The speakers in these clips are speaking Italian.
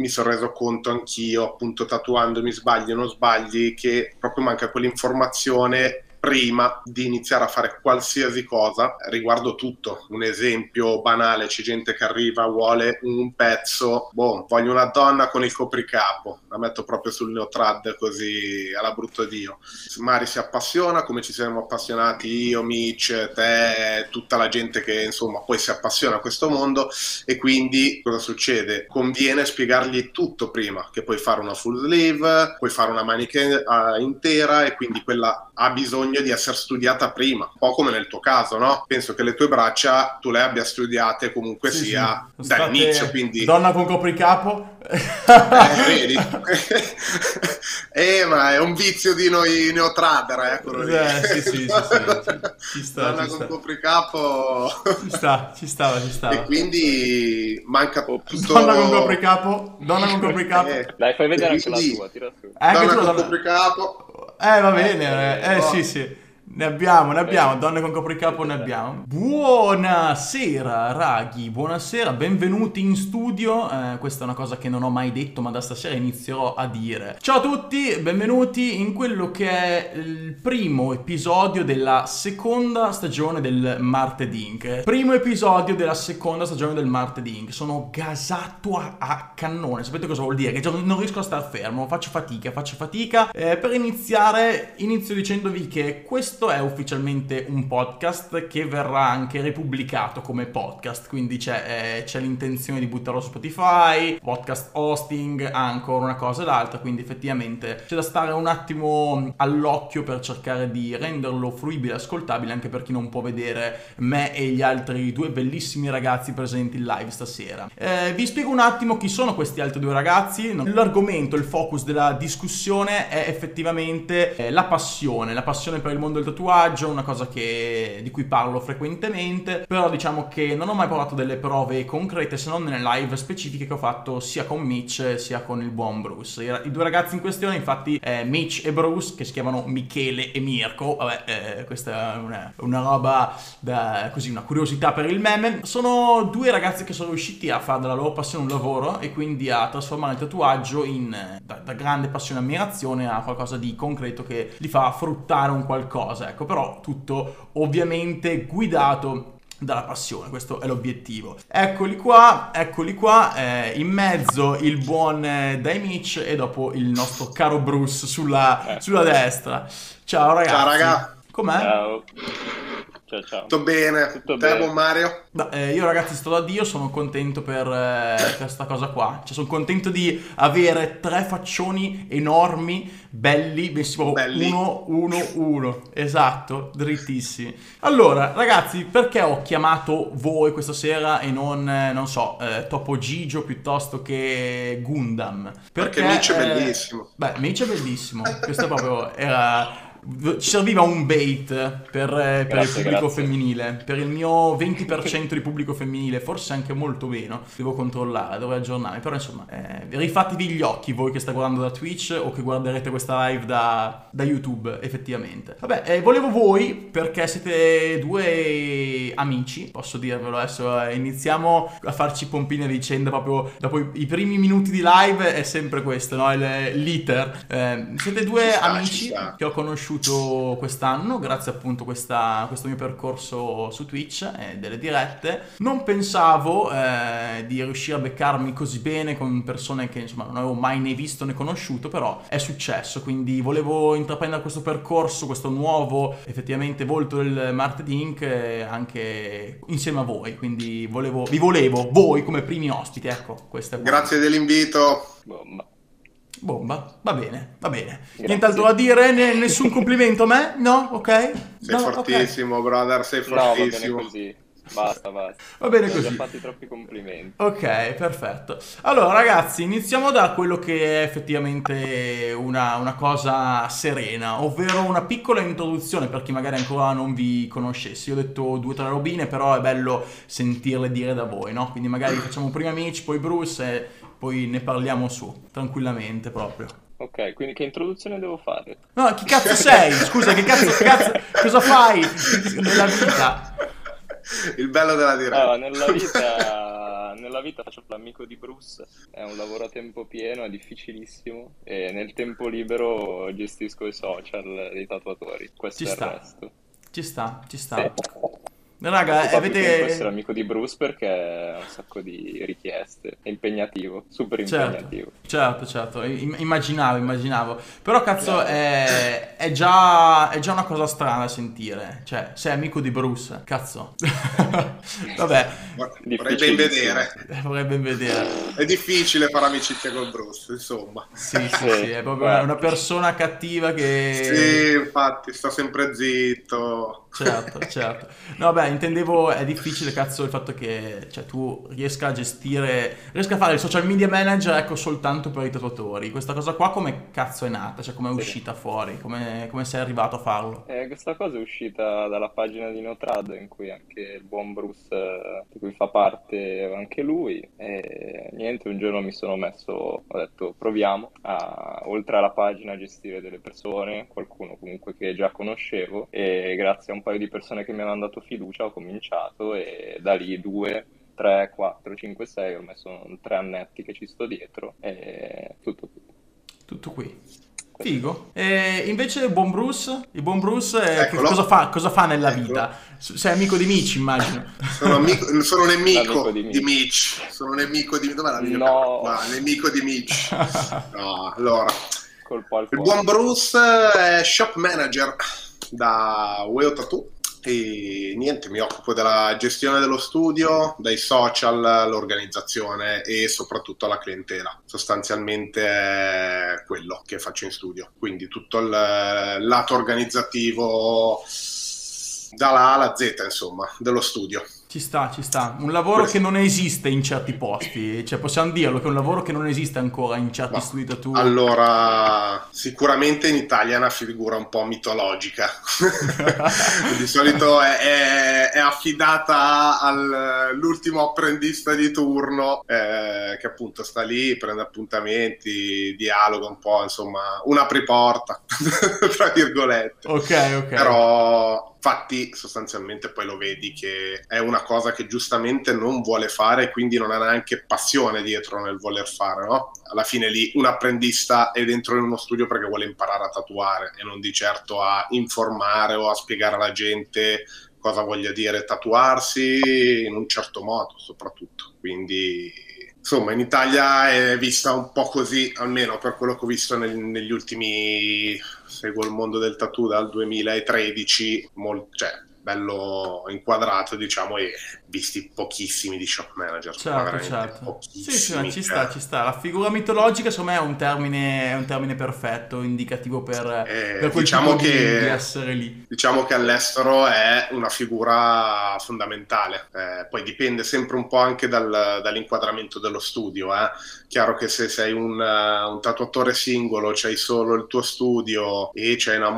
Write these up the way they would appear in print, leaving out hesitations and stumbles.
mi sono reso conto anch'io, appunto tatuandomi, sbagli o non sbagli, che proprio manca quell'informazione prima di iniziare a fare qualsiasi cosa riguardo tutto. Un esempio banale: c'è gente che arriva, vuole un pezzo, voglio una donna con il copricapo, la metto proprio sul neotrad così alla brutto Dio. Mari si appassiona come ci siamo appassionati io, Mitch, te, tutta la gente che insomma poi si appassiona a questo mondo, e quindi cosa succede? Conviene spiegargli tutto prima, che puoi fare una full sleeve, puoi fare una manica intera, e quindi quella ha bisogno di essere studiata prima, un po' come nel tuo caso, no? Penso che le tue braccia tu le abbia studiate comunque Sì, sia sì. dall'inizio, quindi Donna con copricapo. vedi? Ma è un vizio di noi neotrader, quello lì. Sì, sì, sì, sì. Ci sta, Donna ci con sta. copricapo. Ci stava. E quindi manca Donna con tutto. copricapo. Donna con copricapo. Dai, fai E vedere anche la quindi tua, tira su. Anche donna tu la con donna. copricapo. Va bene. Oh. Sì, sì. Ne abbiamo, donne con copricapo ne abbiamo. Buonasera raghi, buonasera, benvenuti in studio. Questa è una cosa che non ho mai detto, ma da stasera inizierò a dire. Ciao a tutti, benvenuti in quello che è il primo episodio della seconda stagione del Marted Inc. Primo episodio della seconda stagione del Marted Inc. Sono gasato a cannone. Sapete cosa vuol dire? Che non riesco a star fermo, faccio fatica. Per iniziare, inizio dicendovi che questo è ufficialmente un podcast che verrà anche ripubblicato come podcast, quindi c'è l'intenzione di buttarlo su Spotify, podcast hosting, Anchor, una cosa e l'altra, quindi effettivamente c'è da stare un attimo all'occhio per cercare di renderlo fruibile e ascoltabile anche per chi non può vedere me e gli altri due bellissimi ragazzi presenti in live stasera. Vi spiego un attimo chi sono questi altri due ragazzi. L'argomento, il focus della discussione è effettivamente la passione per il mondo del tatuaggio, una cosa di cui parlo frequentemente, però diciamo che non ho mai provato delle prove concrete se non nelle live specifiche che ho fatto sia con Mitch sia con il buon Bruce. I due ragazzi in questione, infatti, Mitch e Bruce, che si chiamano Michele e Mirko, questa è una roba così, una curiosità per il meme. Sono due ragazzi che sono riusciti a fare della loro passione un lavoro e quindi a trasformare il tatuaggio da grande passione e ammirazione a qualcosa di concreto che li fa fruttare un qualcosa, ecco, però tutto ovviamente guidato dalla passione, questo è l'obiettivo. Eccoli qua, in mezzo il buon Dai Mitch e dopo il nostro caro Bruce sulla destra. Ciao ragazzi. Ciao raga. Com'è? Ciao. Tutto bene? Tutto Te, bene. buon Mario? Io ragazzi sto da Dio, sono contento per questa cosa qua. Cioè sono contento di avere tre faccioni enormi, belli, messi proprio uno, esatto, drittissimi. Allora ragazzi, perché ho chiamato voi questa sera e non so, Topo Gigio piuttosto che Gundam? Perché Mitch è bellissimo. Mitch è bellissimo, questo proprio era... Ci serviva un bait per il pubblico femminile, per il mio 20% di pubblico femminile, forse anche molto meno, devo controllare, dovrei aggiornarmi, però insomma rifatevi gli occhi voi che state guardando da Twitch o che guarderete questa live da YouTube effettivamente. Vabbè, volevo voi perché siete due amici, posso dirvelo adesso, iniziamo a farci pompine a vicenda proprio dopo i primi minuti di live, è sempre questo, no? L'iter. Siete due amici che ho conosciuto quest'anno grazie appunto a questo mio percorso su Twitch e delle dirette. Non pensavo di riuscire a beccarmi così bene con persone che insomma non avevo mai né visto né conosciuto, però è successo, quindi volevo intraprendere questo percorso, questo nuovo effettivamente volto del Marted Inc. Anche insieme a voi, quindi vi volevo voi come primi ospiti, ecco, questo è Grazie dell'invito. Bomba, va bene. Grazie. Nient'altro da dire, nessun complimento a me? No? Ok? Sei fortissimo, okay. Brother, sei fortissimo. No, va bene così. Basta. Va bene così. Ho già fatti troppi complimenti. Ok, perfetto. Allora ragazzi, iniziamo da quello che è effettivamente una cosa serena, ovvero una piccola introduzione per chi magari ancora non vi conoscesse. Io ho detto 2 o 3 robine, però è bello sentirle dire da voi, no? Quindi magari facciamo prima Mitch, poi Bruce e poi ne parliamo su, tranquillamente proprio. Ok, quindi che introduzione devo fare? No, chi cazzo sei? Scusa, che cazzo, cosa nella vita? Il bello della diretta. Nella nella vita faccio l'amico di Bruce, è un lavoro a tempo pieno, è difficilissimo e nel tempo libero gestisco i social dei tatuatori, questo Ci è il sta, resto. ci sta, ci Sì. sta. Raga, Occupa più tempo essere avete... amico di Bruce perché ha un sacco di richieste, è impegnativo, super Certo, impegnativo. certo, immaginavo. Però cazzo Chiaro. è già una cosa strana da sentire. Cioè, sei amico di Bruce, cazzo. Vabbè, Vorrei ben vedere. vorrei ben vedere. È difficile fare amicizia con Bruce, insomma. Sì, Sì, è proprio una infatti. persona cattiva che... Sì, infatti, sta sempre zitto. Certo. No, beh, intendevo, è difficile, cazzo, il fatto che, cioè, tu riesca a fare il social media manager, ecco, soltanto per i tatuatori. Questa cosa qua come cazzo è nata? Cioè, come è Sì. uscita fuori? Come sei arrivato a farlo? Questa cosa è uscita dalla pagina di Notrad in cui anche il buon Bruce, di cui fa parte anche lui, e niente, un giorno mi sono messo, ho detto proviamo, oltre alla pagina a gestire delle persone, qualcuno comunque che già conoscevo e grazie a un paio di persone che mi hanno dato fiducia ho cominciato e da lì 2, 3, 4, 5, 6, ormai sono 3 annetti che ci sto dietro e tutto qui. Tutto qui. Questo. Figo. E invece il buon Bruce, Eccolo. cosa fa nella Eccolo. vita? Sei amico di Mitch, immagino. Sono nemico L'amico di di Mitch. Sono nemico di... Dov'è la mia No. qua? Nemico di Mitch. No, allora. Colpo al Il cuore. buon Bruce è shop manager da Weo Tattoo e niente, mi occupo della gestione dello studio, dai social, l'organizzazione e soprattutto la clientela. Sostanzialmente è quello che faccio in studio, quindi tutto il lato organizzativo dalla A alla Z, insomma, dello studio. Ci sta. Un lavoro che non esiste in certi posti. Cioè, possiamo dirlo che è un lavoro che non esiste ancora in certi Ma, studi tattoo. allora, sicuramente in Italia è una figura un po' mitologica. Di solito è affidata all'ultimo apprendista di turno che appunto sta lì, prende appuntamenti, dialoga un po', insomma, un apriporta, tra virgolette. Ok. Però infatti sostanzialmente poi lo vedi che è una cosa che giustamente non vuole fare, quindi non ha neanche passione dietro nel voler fare, no? Alla fine lì un apprendista è dentro in uno studio perché vuole imparare a tatuare e non di certo a informare o a spiegare alla gente cosa voglia dire tatuarsi in un certo modo soprattutto. Quindi insomma in Italia è vista un po' così, almeno per quello che ho visto negli ultimi... Seguo il mondo del tattoo dal 2013, cioè bello inquadrato, diciamo, e visti pochissimi di shop manager. Certo. Sì, ma Pochissimi. ci sta. La figura mitologica, secondo me, è un termine perfetto, indicativo per quel Diciamo tipo di che essere lì. diciamo che all'estero è una figura fondamentale. Poi dipende sempre un po' anche dall'inquadramento dello studio. Chiaro che se sei un tatuatore singolo, c'hai solo il tuo studio e c'hai una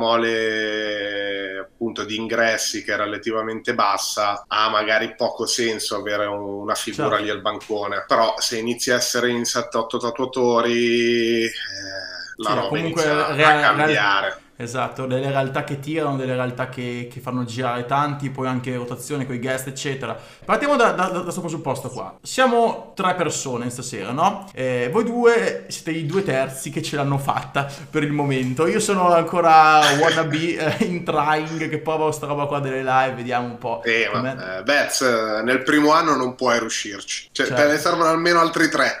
mole appunto di ingressi che è relativamente bassa, ha magari poco senso avere una figura Certo. lì al bancone. Però se inizi a essere in 7-8 tatuatori, la Sì, roba comunque inizia a cambiare. Esatto, delle realtà che tirano, delle realtà che fanno girare tanti, poi anche rotazione con i guest, eccetera. Partiamo da questo presupposto qua. Siamo 3 persone stasera, no? Voi due siete i 2/3 che ce l'hanno fatta per il momento. Io sono ancora wannabe in trying, che provo sta roba qua delle live, vediamo un po'. Ma Bets, nel primo anno non puoi riuscirci. Cioè, Certo. te ne servono almeno altri 3.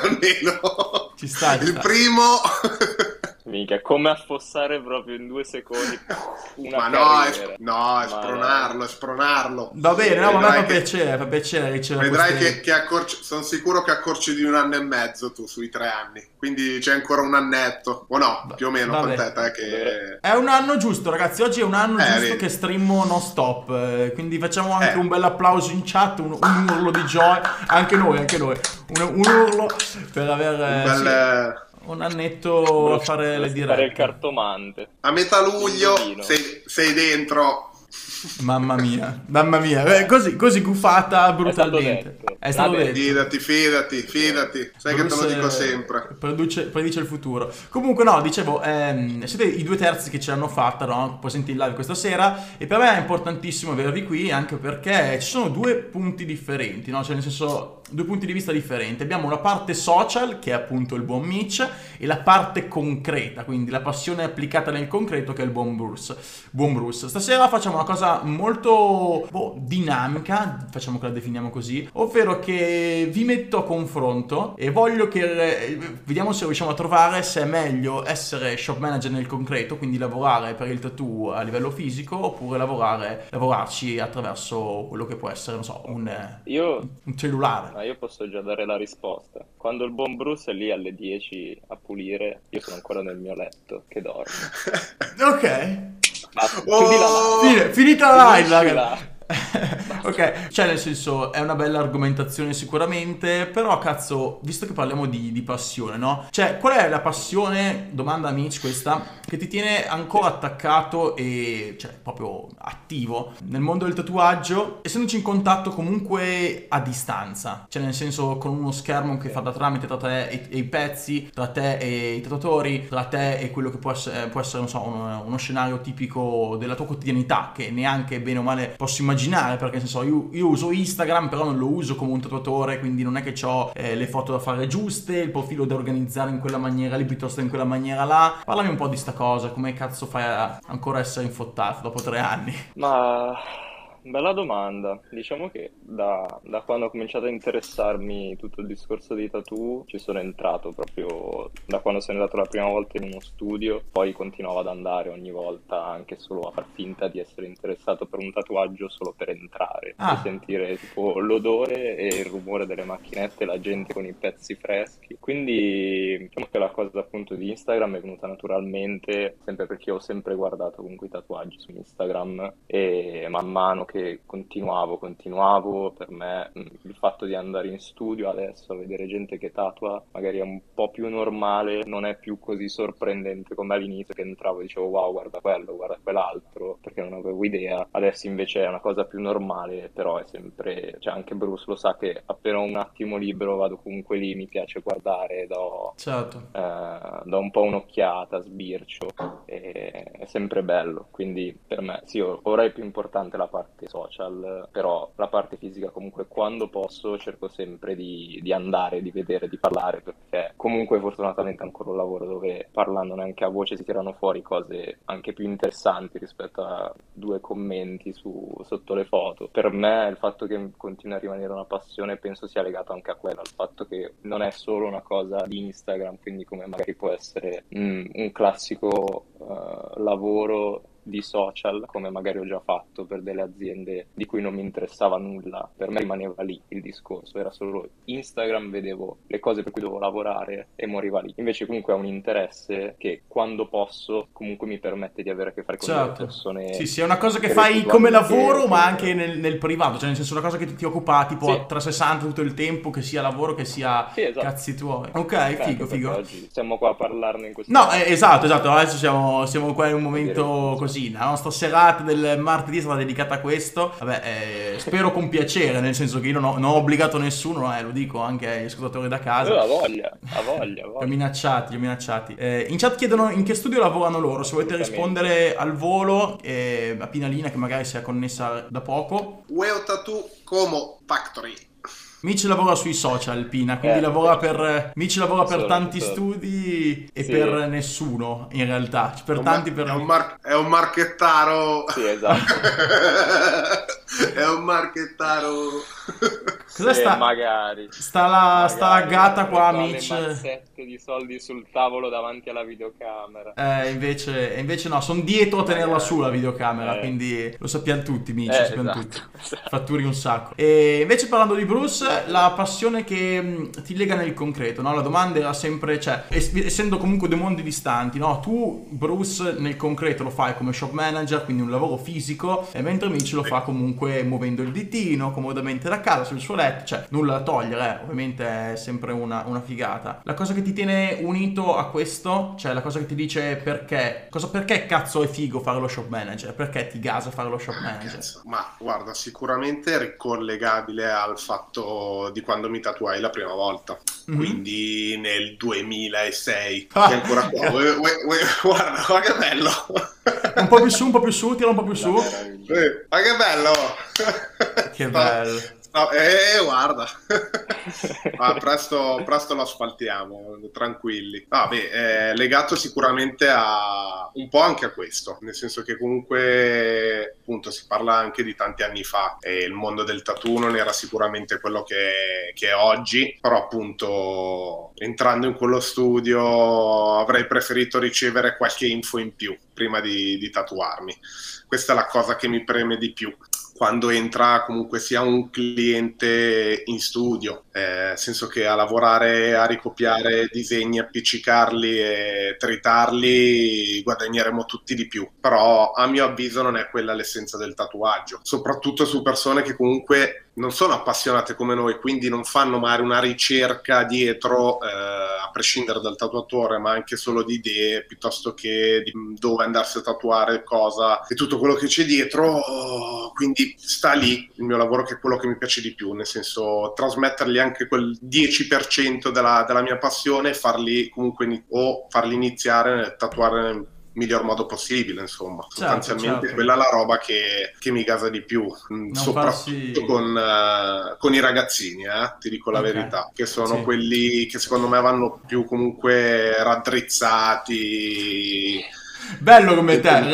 Almeno. Ci sta. Il primo... Minchia, come affossare proprio in 2 secondi una Ma carriera. è spronarlo. Va bene, no, ma a me Vedrai fa piacere ricevere Vedrai queste... che sono sicuro che accorci di 1 anno e mezzo tu sui 3 anni. Quindi c'è ancora un annetto. O no, più o meno con vabbè. te che... È un anno giusto, ragazzi. Oggi è un anno giusto vedi. che streammo non stop. Quindi facciamo anche un bel applauso in chat, un urlo di gioia. Anche noi. Un urlo per aver un annetto a fare le Dovresti fare il dirette. cartomante. A metà luglio Indovino. sei dentro. Mamma mia. Così guffata brutalmente. È stato detto. Fidati. Sai che te lo dico sempre. Predice il futuro. Comunque no, dicevo, siete i 2/3 che ce l'hanno fatta, no? Presenti in live questa sera, e per me è importantissimo avervi qui anche perché ci sono due punti differenti, no? Cioè nel senso, due punti di vista differenti. Abbiamo la parte social, che è appunto il buon Mitch, e la parte concreta, quindi la passione applicata nel concreto, che è il buon Bruce. Stasera facciamo una cosa molto dinamica, facciamo che la definiamo così, ovvero che vi metto a confronto e voglio che vediamo se riusciamo a trovare se è meglio essere shop manager nel concreto, quindi lavorare per il tattoo a livello fisico, oppure lavorarci attraverso quello che può essere, non so, un cellulare. Io posso già dare la risposta. Quando il buon Bruce è lì alle 10 a pulire, io sono ancora nel mio letto che dormo. Ok. Chiudi la live. Finita la live, Finisci ragazzi. Ok, cioè nel senso è una bella argomentazione sicuramente, però cazzo, visto che parliamo di passione, no? Cioè, qual è la passione, domanda Mitch questa, che ti tiene ancora attaccato e cioè proprio attivo nel mondo del tatuaggio, essendoci in contatto comunque a distanza, cioè nel senso con uno schermo che fa da tramite tra te e i pezzi, tra te e i tatuatori, tra te e quello che può essere non so, uno scenario tipico della tua quotidianità, che neanche bene o male posso immaginare, perché nel senso io uso Instagram, però non lo uso come un tatuatore, quindi non è che ho le foto da fare giuste, il profilo da organizzare in quella maniera lì piuttosto che in quella maniera là. Parlami un po' di sta cosa, come cazzo fai a ancora essere infottato dopo 3 anni? Ma bella domanda. Diciamo che da quando ho cominciato a interessarmi tutto il discorso dei tattoo ci sono entrato proprio da quando sono andato la prima volta in uno studio, poi continuavo ad andare ogni volta anche solo a far finta di essere interessato per un tatuaggio solo per entrare e sentire tipo l'odore e il rumore delle macchinette, la gente con i pezzi freschi. Quindi diciamo che la cosa appunto di Instagram è venuta naturalmente, sempre perché ho sempre guardato comunque i tatuaggi su Instagram, e man mano che continuavo, per me il fatto di andare in studio adesso a vedere gente che tatua magari è un po' più normale, non è più così sorprendente come all'inizio che entravo e dicevo wow, guarda quello, guarda quell'altro, perché non avevo idea. Adesso invece è una cosa più normale, però è sempre, cioè anche Bruce lo sa che appena ho un attimo libero vado comunque lì, mi piace guardare, do un po' un'occhiata, sbircio, e è sempre bello. Quindi per me sì, ora è più importante la parte social, però la parte fisica comunque quando posso cerco sempre di andare, di vedere, di parlare, perché comunque fortunatamente ancora un lavoro dove parlandone anche a voce si tirano fuori cose anche più interessanti rispetto a 2 commenti sotto le foto. Per me il fatto che continui a rimanere una passione penso sia legato anche a quello, al fatto che non è solo una cosa di Instagram, quindi come magari può essere un classico lavoro di social, come magari ho già fatto per delle aziende di cui non mi interessava nulla. Per me rimaneva lì il discorso, era solo Instagram, vedevo le cose per cui dovevo lavorare e moriva lì. Invece comunque è un interesse che quando posso comunque mi permette di avere a che fare con delle persone. Sì, è una cosa che fai come lavoro, ma anche nel privato, cioè nel senso una cosa che ti occupa tipo a 360 tutto il tempo, che sia lavoro, che sia cazzi tuoi. Ok, figo. Oggi siamo qua a parlarne in questo momento. Esatto, adesso siamo qua in un momento così. La nostra serata del martedì è stata dedicata a questo. Vabbè, spero con piacere, nel senso che io non ho obbligato nessuno, lo dico anche agli ascoltatori da casa. Ha voglia. Li ho minacciati. In chat chiedono in che studio lavorano loro. Se volete rispondere al volo, a Pinalina che magari si è connessa da poco. Weo Tattoo Como Factory. Mitch lavora sui social, Pina, quindi Mitch lavora per tanti studi e per nessuno, in realtà. È un marchettaro. Sì, esatto. È un marchettaro. Cosa sta? Magari. Sta la gatta qua, Mitch. Le mazzette di soldi sul tavolo davanti alla videocamera. Invece no, sono dietro a tenerla su la videocamera, quindi lo sappiamo tutti, Mitch, lo sappiamo tutti. Fatturi un sacco. E invece parlando di Bruce, la passione che ti lega nel concreto, no? La domanda era sempre, cioè, essendo comunque 2 mondi distanti, no? Tu, Bruce, nel concreto lo fai come shop manager, quindi un lavoro fisico, e mentre Mitch lo fa comunque oppure muovendo il ditino comodamente da casa sul suo letto, cioè nulla da togliere, ovviamente è sempre una figata. La cosa che ti tiene unito a questo, cioè la cosa che ti dice perché cazzo è figo fare lo shop manager, perché ti gasa fare lo shop manager? Ma guarda, sicuramente è ricollegabile al fatto di quando mi tatuai la prima volta, quindi nel 2006, che è ancora qua. Guarda che bello! Un po' più su, tira un po' più su. Ma che bello! Che bello! Guarda, presto lo asfaltiamo, tranquilli. Legato sicuramente a un po' anche a questo, nel senso che comunque appunto si parla anche di tanti anni fa e il mondo del tattoo non era sicuramente quello che è oggi, però appunto entrando in quello studio avrei preferito ricevere qualche info in più prima di tatuarmi. Questa è la cosa che mi preme di più quando entra comunque sia un cliente in studio, nel senso che a lavorare, a ricopiare disegni, appiccicarli e tritarli guadagneremo tutti di più, però a mio avviso non è quella l'essenza del tatuaggio, soprattutto su persone che comunque non sono appassionate come noi, quindi non fanno magari una ricerca dietro, a prescindere dal tatuatore, ma anche solo di idee, piuttosto che di dove andarsi a tatuare, cosa e tutto quello che c'è dietro. Quindi sta lì il mio lavoro, che è quello che mi piace di più, nel senso trasmettergli anche quel 10% della mia passione e farli comunque farli iniziare nel tatuare nel miglior modo possibile, insomma. Sostanzialmente quella è la roba che mi gasa di più, soprattutto con i ragazzini, ti dico la verità, che sono quelli che secondo me vanno più comunque raddrizzati. Bello come te,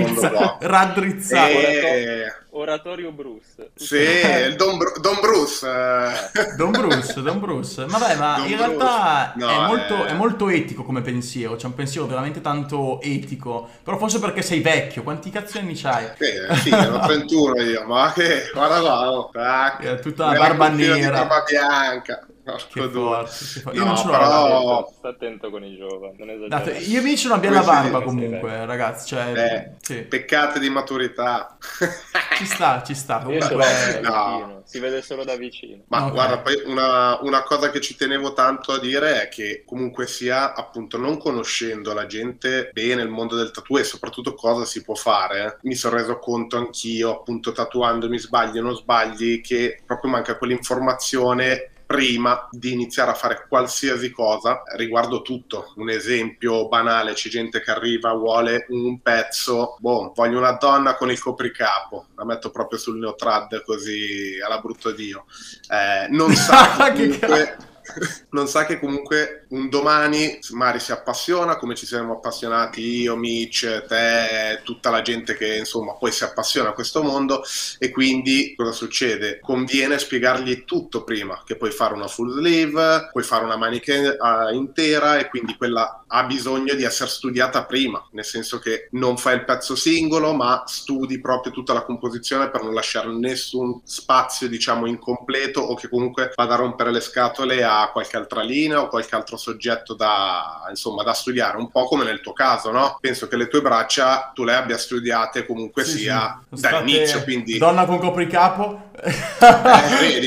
raddrizzato. Oratorio Bruce. Sì, il Don Bruce. Don Bruce. Vabbè, ma Don in Bruce. realtà No, è molto etico come pensiero, c'è un pensiero veramente tanto etico, però forse perché sei vecchio, quanti cazzi anni c'hai? Sì, ero 31 io, ma che, guarda qua, tutta la barba nera. Barba bianca. Che forte. Io No, non ce l'ho però... Sta attento con i giovani, non esagerare. Io invece non abbiamo la barba comunque, ragazzi, cioè... Peccate di maturità. Ci sta. Comunque, No. si vede solo da vicino. Ma guarda, poi una cosa che ci tenevo tanto a dire è che comunque sia, appunto, non conoscendo la gente bene, il mondo del tattoo e soprattutto cosa si può fare, mi sono reso conto anch'io, appunto, tatuandomi, sbagli o non sbagli, che proprio manca quell'informazione prima di iniziare a fare qualsiasi cosa riguardo tutto. Un esempio banale: c'è gente che arriva, vuole un pezzo, voglio una donna con il copricapo, la metto proprio sul neotrad così alla brutto Dio, non sa non sa che comunque un domani Mari si appassiona come ci siamo appassionati io, Mitch, te, tutta la gente che insomma poi si appassiona a questo mondo, e quindi cosa succede? Conviene spiegargli tutto prima, che puoi fare una full sleeve, puoi fare una manica intera, e quindi quella ha bisogno di essere studiata prima, nel senso che non fai il pezzo singolo ma studi proprio tutta la composizione per non lasciare nessun spazio diciamo incompleto o che comunque vada a rompere le scatole a qualche altra linea o qualche altro soggetto da studiare, un po' come nel tuo caso, no? Penso che le tue braccia tu le abbia studiate comunque sia dall'inizio, quindi donna con copricapo. Vedi?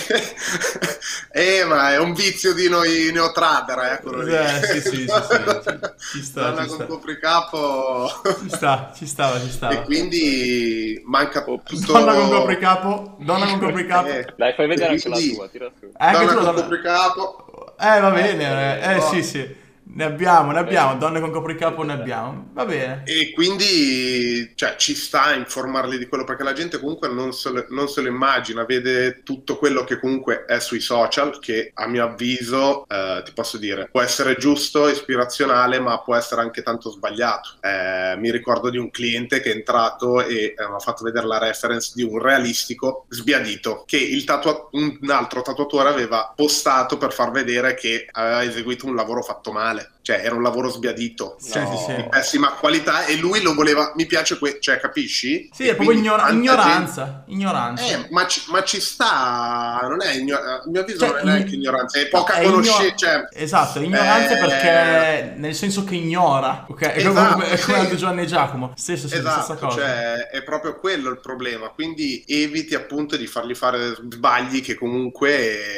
Ma è un vizio di noi neotrader, quello lì. Sì. Ci sta. Donna con copricapo. Ci stava. E quindi manca tutto. Donna con copricapo. Dai, fai vedere anche la tua, tira su. Donna con copricapo. Va bene. Sì. Ne abbiamo, donne con copricapo ne abbiamo, va bene. E quindi ci sta a informarli di quello, perché la gente comunque non se lo immagina, vede tutto quello che comunque è sui social, che a mio avviso, ti posso dire, può essere giusto, ispirazionale, ma può essere anche tanto sbagliato. Mi ricordo di un cliente che è entrato e mi ha fatto vedere la reference di un realistico sbiadito, che un altro tatuatore aveva postato per far vedere che aveva eseguito un lavoro fatto male. professionale, cioè era un lavoro sbiadito, Sì, sì, sì. di pessima qualità, e lui lo voleva, mi piace, cioè capisci? Sì, E è proprio quindi tanta ignoranza, gente- ignoranza. ma ci sta, non è a mio avviso non Cioè, è neanche ignoranza, è no, poca conoscenza, cioè, esatto, è ignoranza eh, perché nel senso che ignora, ok? esatto, È come sì. Aldo Giovanni e Giacomo, stessa Esatto, cosa. cioè è proprio quello il problema, quindi eviti appunto di fargli fare sbagli che comunque,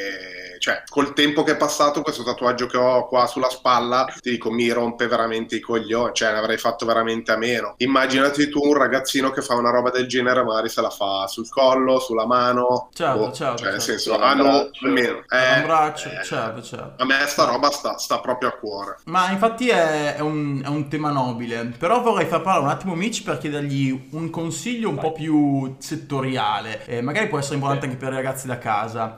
cioè col tempo che è passato questo tatuaggio che ho qua sulla spalla, ti dico, mi rompe veramente i coglioni, cioè ne avrei fatto veramente a meno. Immaginati tu un ragazzino che fa una roba del genere, magari se la fa sul collo, sulla mano, Certo, certo, cioè nel certo. senso, L'avambraccio. almeno, L'avambraccio, certo, certo. a me sta roba sta proprio a cuore. Ma infatti è un tema nobile, però vorrei far parlare un attimo Mitch per chiedergli un consiglio un po' più settoriale, magari può essere importante anche per i ragazzi da casa.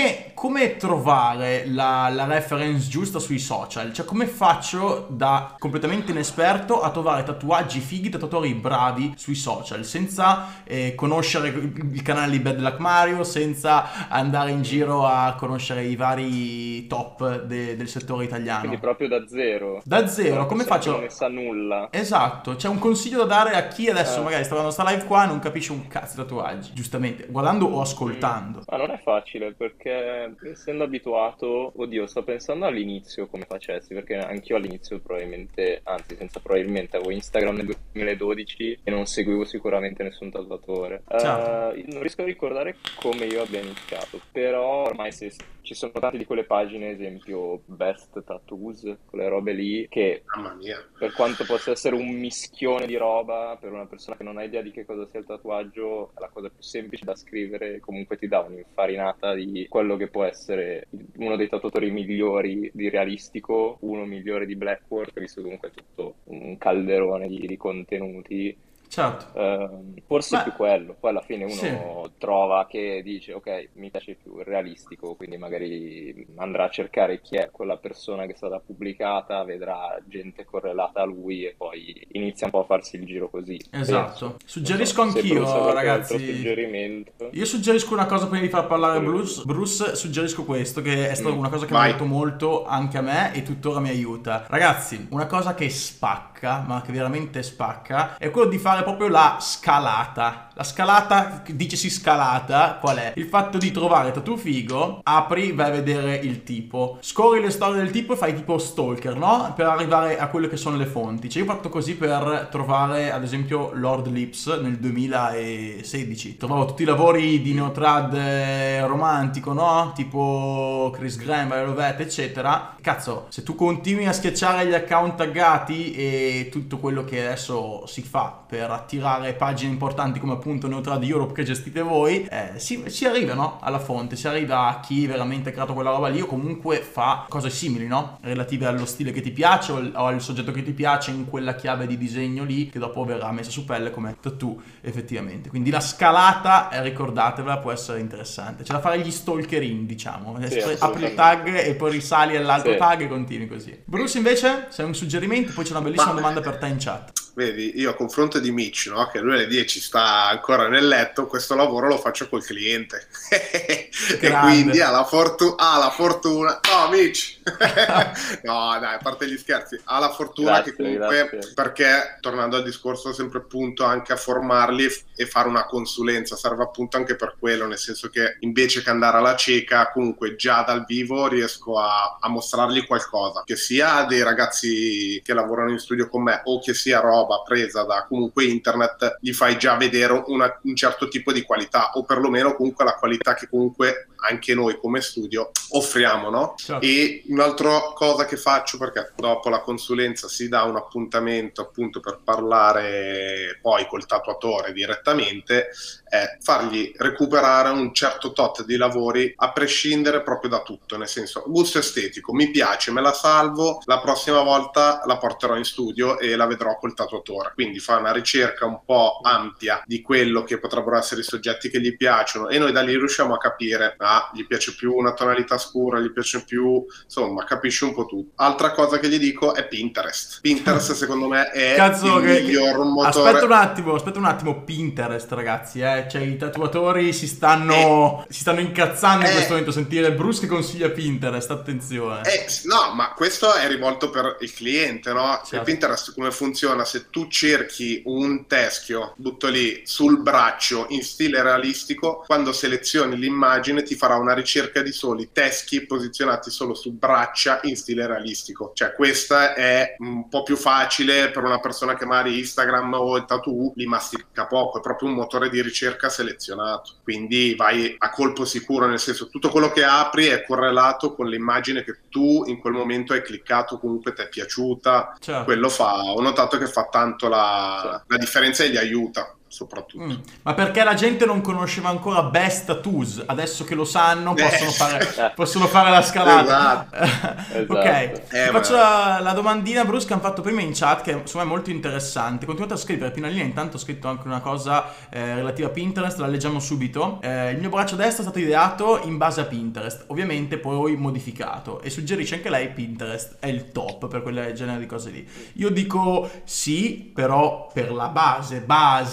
Come trovare la reference giusta sui social? Cioè come faccio da completamente inesperto a trovare tatuaggi fighi, tatuatori bravi sui social, senza conoscere il canale di Bad Luck Mario, senza andare in giro a conoscere i vari top del settore italiano? Quindi proprio da zero. Da zero, Una come persona che faccio? non ne sa nulla. Esatto, c'è un consiglio da dare a chi adesso Eh. magari sta guardando sta live qua e non capisce un cazzo di tatuaggi, giustamente, guardando o ascoltando. Ma non è facile perché essendo abituato, oddio, sto pensando all'inizio come facessi, perché anch'io all'inizio probabilmente, anzi senza probabilmente, avevo Instagram nel 2012 e non seguivo sicuramente nessun tatuatore. Certo. Non riesco a ricordare come io abbia iniziato, però ormai ci sono tante di quelle pagine, esempio Best Tattoos, quelle robe lì, che Mamma mia. per quanto possa essere un mischione di roba, per una persona che non ha idea di che cosa sia il tatuaggio, è la cosa più semplice da scrivere, comunque ti dà un'infarinata di quello che può essere uno dei tatuatori migliori di realistico, uno migliore di blackwork, visto che comunque è tutto un calderone di contenuti. Certo. Forse Ma più quello, poi alla fine uno sì. trova che dice ok, mi piace più il realistico, quindi magari andrà a cercare chi è quella persona che è stata pubblicata, vedrà gente correlata a lui e poi inizia un po' a farsi il giro così. Esatto. Penso. Suggerisco Non so, se Bruce ha anch'io, qualche altro ragazzi. suggerimento. Io suggerisco una cosa prima di far parlare Bruce, suggerisco questo, che è stata una cosa che mi ha Vai. aiutato molto anche a me e tuttora mi aiuta. Ragazzi, una cosa che spacca, ma che veramente spacca, è quello di fare proprio la scalata. La scalata, dicesi scalata, qual è? Il fatto di trovare tattoo figo, apri, vai a vedere il tipo, scorri le storie del tipo e fai tipo stalker, no? Per arrivare a quelle che sono le fonti. Cioè io ho fatto così per trovare, ad esempio, Lord Lips nel 2016. Trovavo tutti i lavori di neotrad romantico, no? Tipo Chris Graham, Violet, eccetera. Cazzo, se tu continui a schiacciare gli account taggati e tutto quello che adesso si fa per attirare pagine importanti come appunto Neotrad Europe che gestite voi, si arriva, no? Alla fonte, si arriva a chi veramente ha creato quella roba lì o comunque fa cose simili, no? Relative allo stile che ti piace o al soggetto che ti piace in quella chiave di disegno lì che dopo verrà messa su pelle come tattoo effettivamente. Quindi la scalata, ricordatevela, può essere interessante. C'è da fare gli stalkerin, diciamo. Sì, Apri il tag e poi risali all'altro Sì. tag e continui così. Bruce invece, se hai un suggerimento, poi c'è una bellissima domanda per te in chat. Vedi, io a confronto di Mitch, no? Che lui alle 10 sta ancora nel letto, questo lavoro lo faccio col cliente. E quindi ha la fortuna. No, Mitch! No, dai, a parte gli scherzi, ha la fortuna Grazie, che comunque, grazie. perché tornando al discorso sempre appunto anche a formarli e fare una consulenza, serve appunto anche per quello, nel senso che invece che andare alla cieca, comunque già dal vivo riesco a mostrargli qualcosa, che sia dei ragazzi che lavorano in studio con me o che sia roba presa da comunque internet, gli fai già vedere un certo tipo di qualità, o perlomeno comunque la qualità che comunque anche noi come studio offriamo, no? Certo. E un'altra cosa che faccio, perché dopo la consulenza si dà un appuntamento appunto per parlare poi col tatuatore direttamente, è fargli recuperare un certo tot di lavori a prescindere proprio da tutto, nel senso, gusto estetico, mi piace, me la salvo, la prossima volta la porterò in studio e la vedrò col tatuatore, quindi fa una ricerca un po' ampia di quello che potrebbero essere i soggetti che gli piacciono e noi da lì riusciamo a capire, ma gli piace più una tonalità scura, gli piace più, insomma, capisci un po' tutto. Altra cosa che gli dico è Pinterest. Pinterest secondo me è il miglior motore. Aspetta un attimo, Pinterest, ragazzi, cioè i tatuatori si stanno incazzando in questo momento, sentire Bruce che consiglia Pinterest, attenzione. No, ma questo è rivolto per il cliente, no? Certo. Pinterest come funziona? Se tu cerchi un teschio, butto lì, sul braccio in stile realistico, quando selezioni l'immagine ti farà una ricerca di soli teschi posizionati solo su braccia in stile realistico. Cioè questa è un po' più facile per una persona che magari Instagram o il tattoo li mastica poco, è proprio un motore di ricerca selezionato, quindi vai a colpo sicuro, nel senso tutto quello che apri è correlato con l'immagine che tu in quel momento hai cliccato, comunque ti è piaciuta. Certo. Quello ho notato che fa tanto la differenza e gli aiuta soprattutto. Ma perché la gente non conosceva ancora Best Tattoos, adesso che lo sanno possono fare la scalata. Esatto. Ok, faccio la domandina, Bruce, che hanno fatto prima in chat, che insomma è molto interessante. Continuate a scrivere, Pinalina intanto ha scritto anche una cosa relativa a Pinterest, la leggiamo subito. Il mio braccio destro è stato ideato in base a Pinterest, ovviamente poi modificato, e suggerisce anche lei Pinterest è il top per quel genere di cose lì. Io dico sì, però per la base,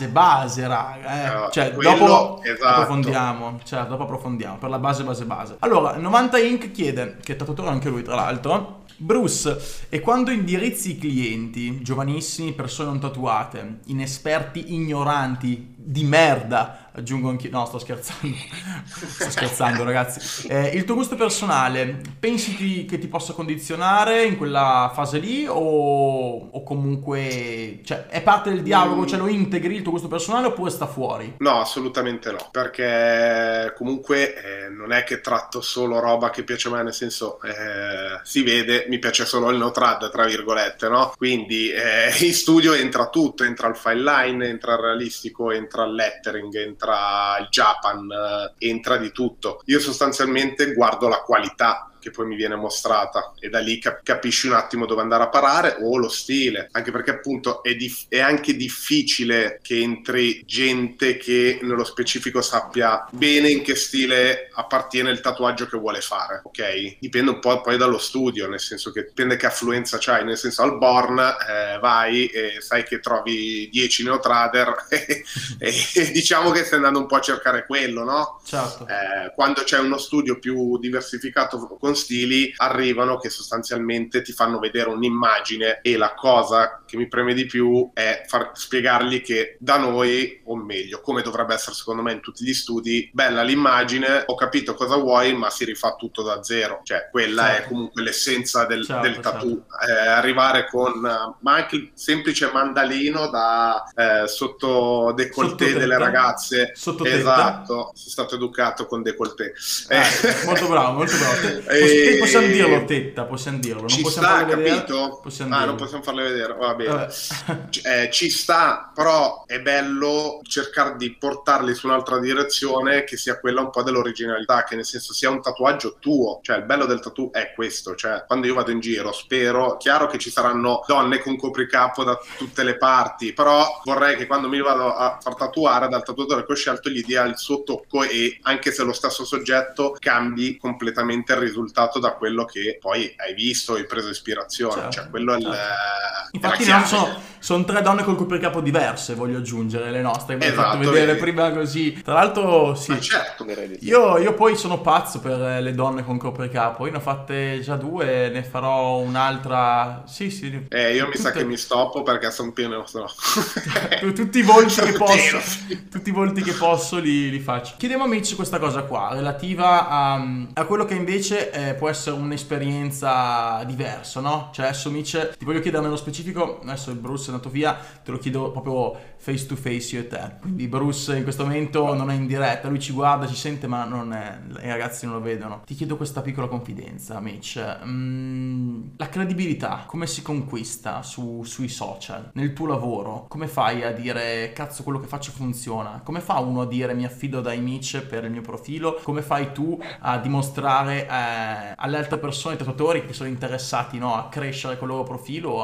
raga, cioè dopo approfondiamo, certo, dopo approfondiamo per la base. Allora, 90 Inc chiede, che è tatuatore anche lui tra l'altro: Bruce, e quando indirizzi i clienti, giovanissimi, persone non tatuate, inesperti, ignoranti, di merda, aggiungo anch'io, no, sto scherzando ragazzi, il tuo gusto personale, pensi che ti possa condizionare in quella fase lì o comunque, cioè, è parte del dialogo, cioè lo integri il tuo gusto personale oppure sta fuori? No, assolutamente no, perché comunque non è che tratto solo roba che piace a me, nel senso si vede, mi piace solo il no-trad, tra virgolette, no? Quindi in studio entra tutto, entra il fine line, entra il realistico, entra il lettering, entra il Japan, entra di tutto. Io sostanzialmente guardo la qualità che poi mi viene mostrata e da lì capisci un attimo dove andare a parare, o lo stile, anche perché appunto è anche difficile che entri gente che nello specifico sappia bene in che stile appartiene il tatuaggio che vuole fare, ok? Dipende un po' poi dallo studio, nel senso che dipende che affluenza c'hai, nel senso al Born vai e sai che trovi 10 neotrader e diciamo che stai andando un po' a cercare quello, no? Certo. Quando c'è uno studio più diversificato con stili, arrivano che sostanzialmente ti fanno vedere un'immagine, e la cosa che mi preme di più è spiegargli che da noi, o meglio, come dovrebbe essere secondo me in tutti gli studi, bella l'immagine, ho capito cosa vuoi, ma si rifà tutto da zero, cioè quella è comunque l'essenza del tattoo. Arrivare con ma anche il semplice mandalino da sotto décolleté delle ragazze, esatto, sono stato educato con décolleté, molto bravo. Possiamo dirlo, tetta, possiamo dirlo. Non ci possiamo sta, farle vedere, capito? possiamo Non possiamo farle vedere, va bene. Ci sta, però è bello cercare di portarli su un'altra direzione che sia quella un po' dell'originalità, che nel senso sia un tatuaggio tuo. Cioè il bello del tattoo è questo, cioè quando io vado in giro spero, chiaro che ci saranno donne con copricapo da tutte le parti, però vorrei che quando mi vado a far tatuare dal tatuatore che ho scelto gli dia il suo tocco, e anche se lo stesso soggetto cambi completamente il risultato da quello che poi hai visto, hai preso ispirazione, certo, cioè quello è infatti sono 3 donne col copricapo diverse, voglio aggiungere, le nostre, mi hai fatto vedere prima così, tra l'altro sì, certo. Io poi sono pazzo per le donne con copricapo, io ne ho fatte già 2, ne farò un'altra, sì io mi sa che mi stoppo perché sono pieno, tutti i volti che posso, tutti i volti che posso li faccio. Chiediamo a Mitch questa cosa qua relativa a quello che invece può essere un'esperienza diversa, no? Cioè adesso Mitch, ti voglio chiedere nello specifico, adesso il Bruce è andato via, te lo chiedo proprio face to face io e te, quindi Bruce in questo momento non è in diretta, lui ci guarda, ci sente, ma non è, i ragazzi non lo vedono. Ti chiedo questa piccola confidenza, Mitch, la credibilità come si conquista sui social, nel tuo lavoro? Come fai a dire cazzo quello che faccio funziona? Come fa uno a dire mi affido dai Mitch per il mio profilo? Come fai tu a dimostrare alle altre persone, ai tatuatori che sono interessati, no, a crescere col loro profilo, a rendere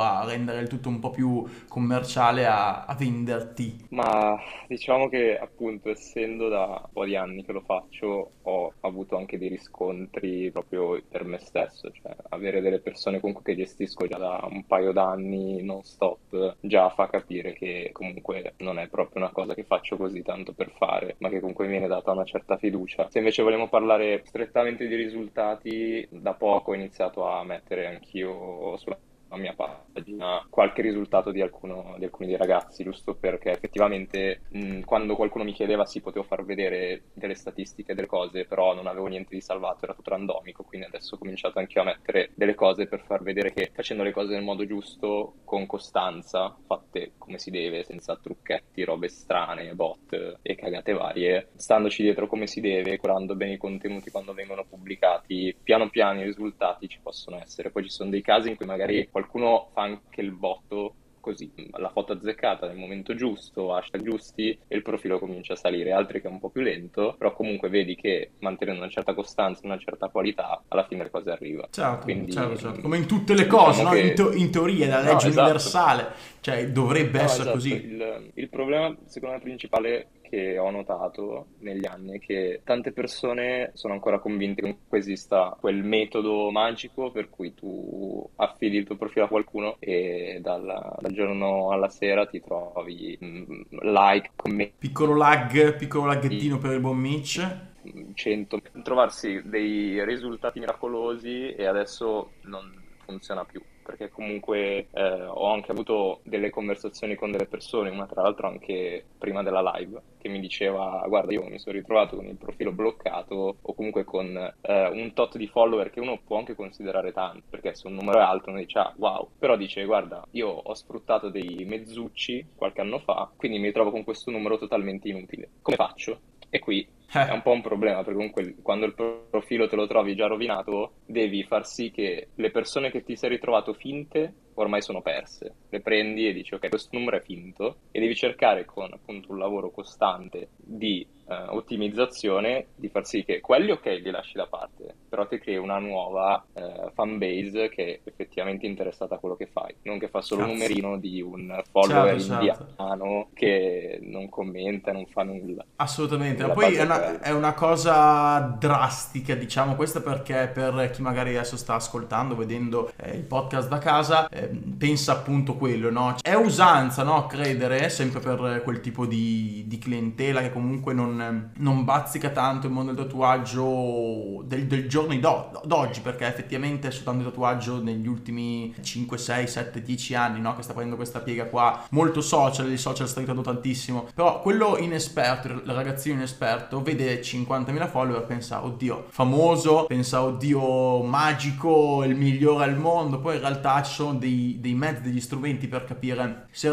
rendere il tutto un po' più commerciale a venderti? Ma diciamo che appunto essendo da un po' di anni che lo faccio ho avuto anche dei riscontri proprio per me stesso, cioè avere delle persone comunque che gestisco già da un paio d'anni non stop già fa capire che comunque non è proprio una cosa che faccio così tanto per fare, ma che comunque mi viene data una certa fiducia. Se invece vogliamo parlare strettamente di risultati, da poco ho iniziato a mettere anch'io sulla mia pagina qualche risultato di alcuni dei ragazzi, giusto perché effettivamente quando qualcuno mi chiedeva sì, potevo far vedere delle statistiche, delle cose, però non avevo niente di salvato, era tutto randomico, quindi adesso ho cominciato anch'io a mettere delle cose per far vedere che facendo le cose nel modo giusto, con costanza, fatte come si deve, senza trucchetti, robe strane, bot e cagate varie, standoci dietro come si deve, curando bene i contenuti quando vengono pubblicati, piano piano i risultati ci possono essere. Poi ci sono dei casi in cui magari qualcuno fa anche il botto così, la foto azzeccata nel momento giusto, hashtag giusti e il profilo comincia a salire, altri che è un po' più lento, però comunque vedi che mantenendo una certa costanza, una certa qualità, alla fine le cose arrivano. Certo, Quindi certo. Come in tutte le cose, diciamo no? che In teoria, la no, legge esatto. universale, cioè dovrebbe No, essere esatto, così. il problema secondo me principale che ho notato negli anni è che tante persone sono ancora convinte che comunque esista quel metodo magico per cui tu affidi il tuo profilo a qualcuno e dal giorno alla sera ti trovi like, commenti, Piccolo laghettino per il buon Mitch. 100, trovarsi dei risultati miracolosi e adesso non funziona più. Perché comunque ho anche avuto delle conversazioni con delle persone, una tra l'altro anche prima della live, che mi diceva: guarda, io mi sono ritrovato con il profilo bloccato o comunque con un tot di follower che uno può anche considerare tanto, perché se un numero è alto uno dice ah wow, però dice guarda, io ho sfruttato dei mezzucci qualche anno fa, quindi mi ritrovo con questo numero totalmente inutile. Come faccio? E qui è un po' un problema, perché comunque quando il profilo te lo trovi già rovinato, devi far sì che le persone che ti sei ritrovato finte ormai sono perse. Le prendi e dici ok, questo numero è finto e devi cercare con appunto un lavoro costante di ottimizzazione di far sì che quelli ok li lasci da parte, però ti crei una nuova fan base che è effettivamente interessata a quello che fai, non che fa solo un Cazzo. numerino di un follower Certo. indiano che non commenta, non fa nulla. Assolutamente, ma La poi base è quella. è una cosa drastica, diciamo, questa perché per chi magari adesso sta ascoltando, vedendo il podcast da casa, pensa appunto quello, no? È usanza, no? Credere, sempre per quel tipo di clientela che comunque non bazzica tanto il mondo del tatuaggio del giorno d'oggi, perché effettivamente soltanto il tatuaggio negli ultimi 5, 6, 7, 10 anni, no? Che sta prendendo questa piega qua, molto social, i social sta aiutando tantissimo, però quello inesperto, il ragazzino inesperto, vede 50.000 follower, pensa oddio, famoso, pensa oddio, magico, il migliore al mondo, poi in realtà ci sono dei mezzi, degli strumenti per capire se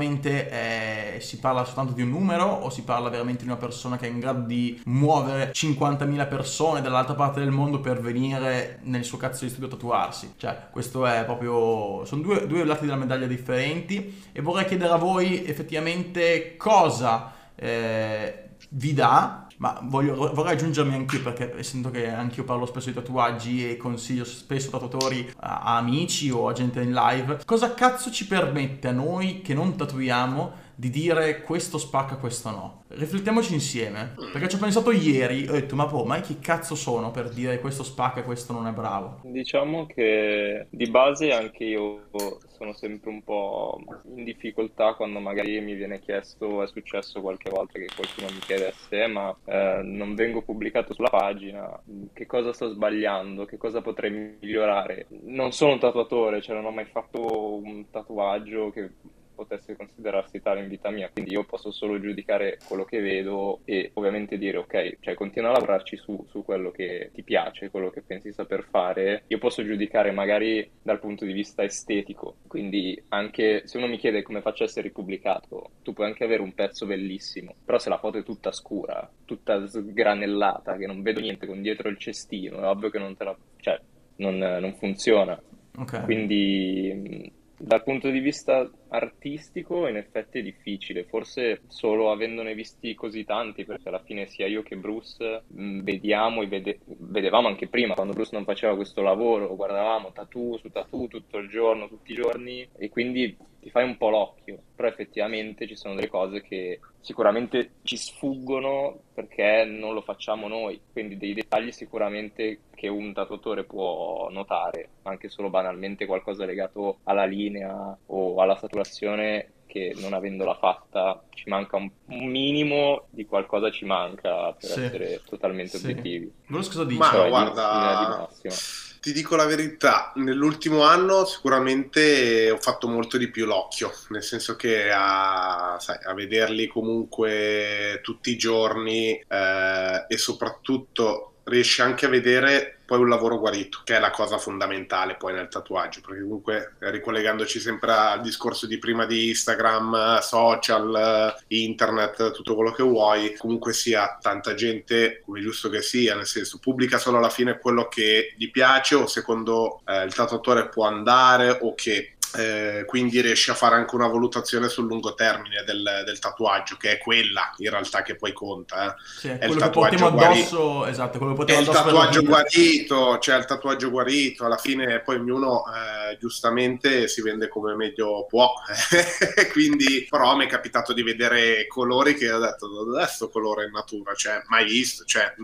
veramente si parla soltanto di un numero o si parla veramente di una persona che è in grado di muovere 50.000 persone dall'altra parte del mondo per venire nel suo cazzo di studio a tatuarsi. Cioè, questo è proprio, sono due lati della medaglia differenti, e vorrei chiedere a voi effettivamente cosa vi dà, ma vorrei aggiungermi anch'io, perché essendo che anch'io parlo spesso di tatuaggi e consiglio spesso tatuatori a amici o a gente in live, cosa cazzo ci permette a noi che non tatuiamo di dire questo spacca, questo no? Riflettiamoci insieme, perché ci ho pensato ieri, ho detto ma chi cazzo sono per dire questo spacca e questo non è bravo? Diciamo che di base anche io sono sempre un po' in difficoltà quando magari mi viene chiesto, è successo qualche volta che qualcuno mi chiedesse, ma non vengo pubblicato sulla pagina, che cosa sto sbagliando, che cosa potrei migliorare. Non sono un tatuatore, cioè non ho mai fatto un tatuaggio che potesse considerarsi tale in vita mia, quindi io posso solo giudicare quello che vedo e ovviamente dire ok, cioè continua a lavorarci su quello che ti piace, quello che pensi saper fare. Io posso giudicare magari dal punto di vista estetico, quindi anche se uno mi chiede come faccio a essere ripubblicato, tu puoi anche avere un pezzo bellissimo, però se la foto è tutta scura, tutta sgranellata, che non vedo niente con dietro il cestino, è ovvio che non te la, cioè non funziona. Ok. Quindi dal punto di vista artistico in effetti è difficile, forse solo avendone visti così tanti, perché alla fine sia io che Bruce vediamo vedevamo anche prima, quando Bruce non faceva questo lavoro, guardavamo tattoo su tattoo tutto il giorno, tutti i giorni, e quindi ti fai un po' l'occhio, però effettivamente ci sono delle cose che sicuramente ci sfuggono perché non lo facciamo noi, quindi dei dettagli sicuramente che un tatuatore può notare, anche solo banalmente qualcosa legato alla linea o alla saturazione, che non avendola fatta ci manca un minimo di qualcosa, ci manca per Sì, essere totalmente sì. obiettivi. Bruce cosa dici? Ma Però in linea di guarda, massima. ti dico la verità, nell'ultimo anno sicuramente ho fatto molto di più l'occhio, nel senso che sai, a vederli comunque tutti i giorni e soprattutto riesci anche a vedere poi un lavoro guarito, che è la cosa fondamentale poi nel tatuaggio, perché comunque ricollegandoci sempre al discorso di prima di Instagram, social, internet, tutto quello che vuoi, comunque sia tanta gente, come è giusto che sia, nel senso pubblica solo alla fine quello che gli piace o secondo il tatuatore può andare o che quindi riesci a fare anche una valutazione sul lungo termine del tatuaggio, che è quella in realtà che poi conta. Sì, È il quello che portiamo tatuaggio addosso, esatto, quello che è portiamo il addosso per la tatuaggio vita. guarito, cioè il tatuaggio guarito, alla fine poi ognuno giustamente si vende come meglio può, quindi però mi è capitato di vedere colori che ho detto, dov'è sto colore in natura, cioè mai visto, cioè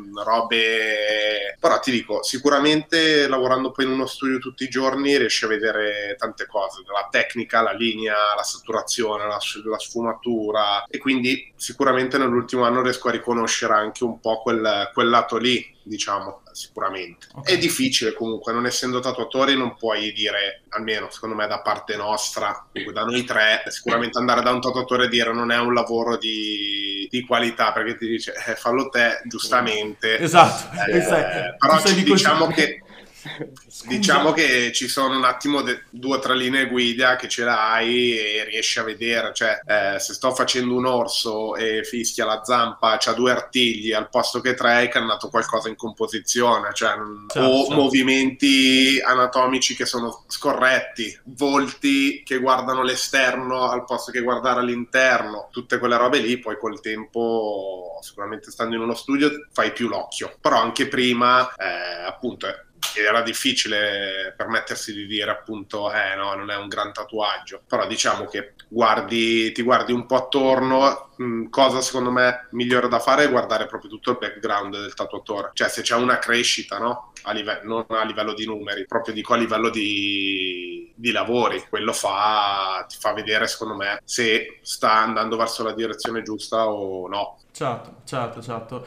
robe, però ti dico, sicuramente lavorando poi in uno studio tutti i giorni riesci a vedere tante cose, la tecnica, la linea, la saturazione, la sfumatura, e quindi sicuramente nell'ultimo anno riesco a riconoscere anche un po' quel lato lì, diciamo, sicuramente. Okay. È difficile comunque, non essendo tatuatori non puoi dire, almeno secondo me da parte nostra, comunque da noi tre, sicuramente andare da un tatuatore e dire non è un lavoro di qualità, perché ti dice fallo te, giustamente. Esatto, però tu sei di diciamo così. che diciamo che ci sono un attimo 2 o 3 linee guida che ce l'hai e riesci a vedere, cioè se sto facendo un orso e fischia la zampa, c'ha 2 artigli al posto che 3, è cannato qualcosa in composizione, cioè, Certo. movimenti anatomici che sono scorretti, volti che guardano l'esterno al posto che guardare all'interno, tutte quelle robe lì. Poi col tempo, sicuramente stando in uno studio, fai più l'occhio, però anche prima appunto era difficile permettersi di dire appunto no, non è un gran tatuaggio, però diciamo che ti guardi un po' attorno. Cosa secondo me migliore da fare è guardare proprio tutto il background del tatuatore, cioè se c'è una crescita, no? Non a livello di numeri, proprio dico a livello di lavori, quello ti fa vedere secondo me se sta andando verso la direzione giusta o no. Certo.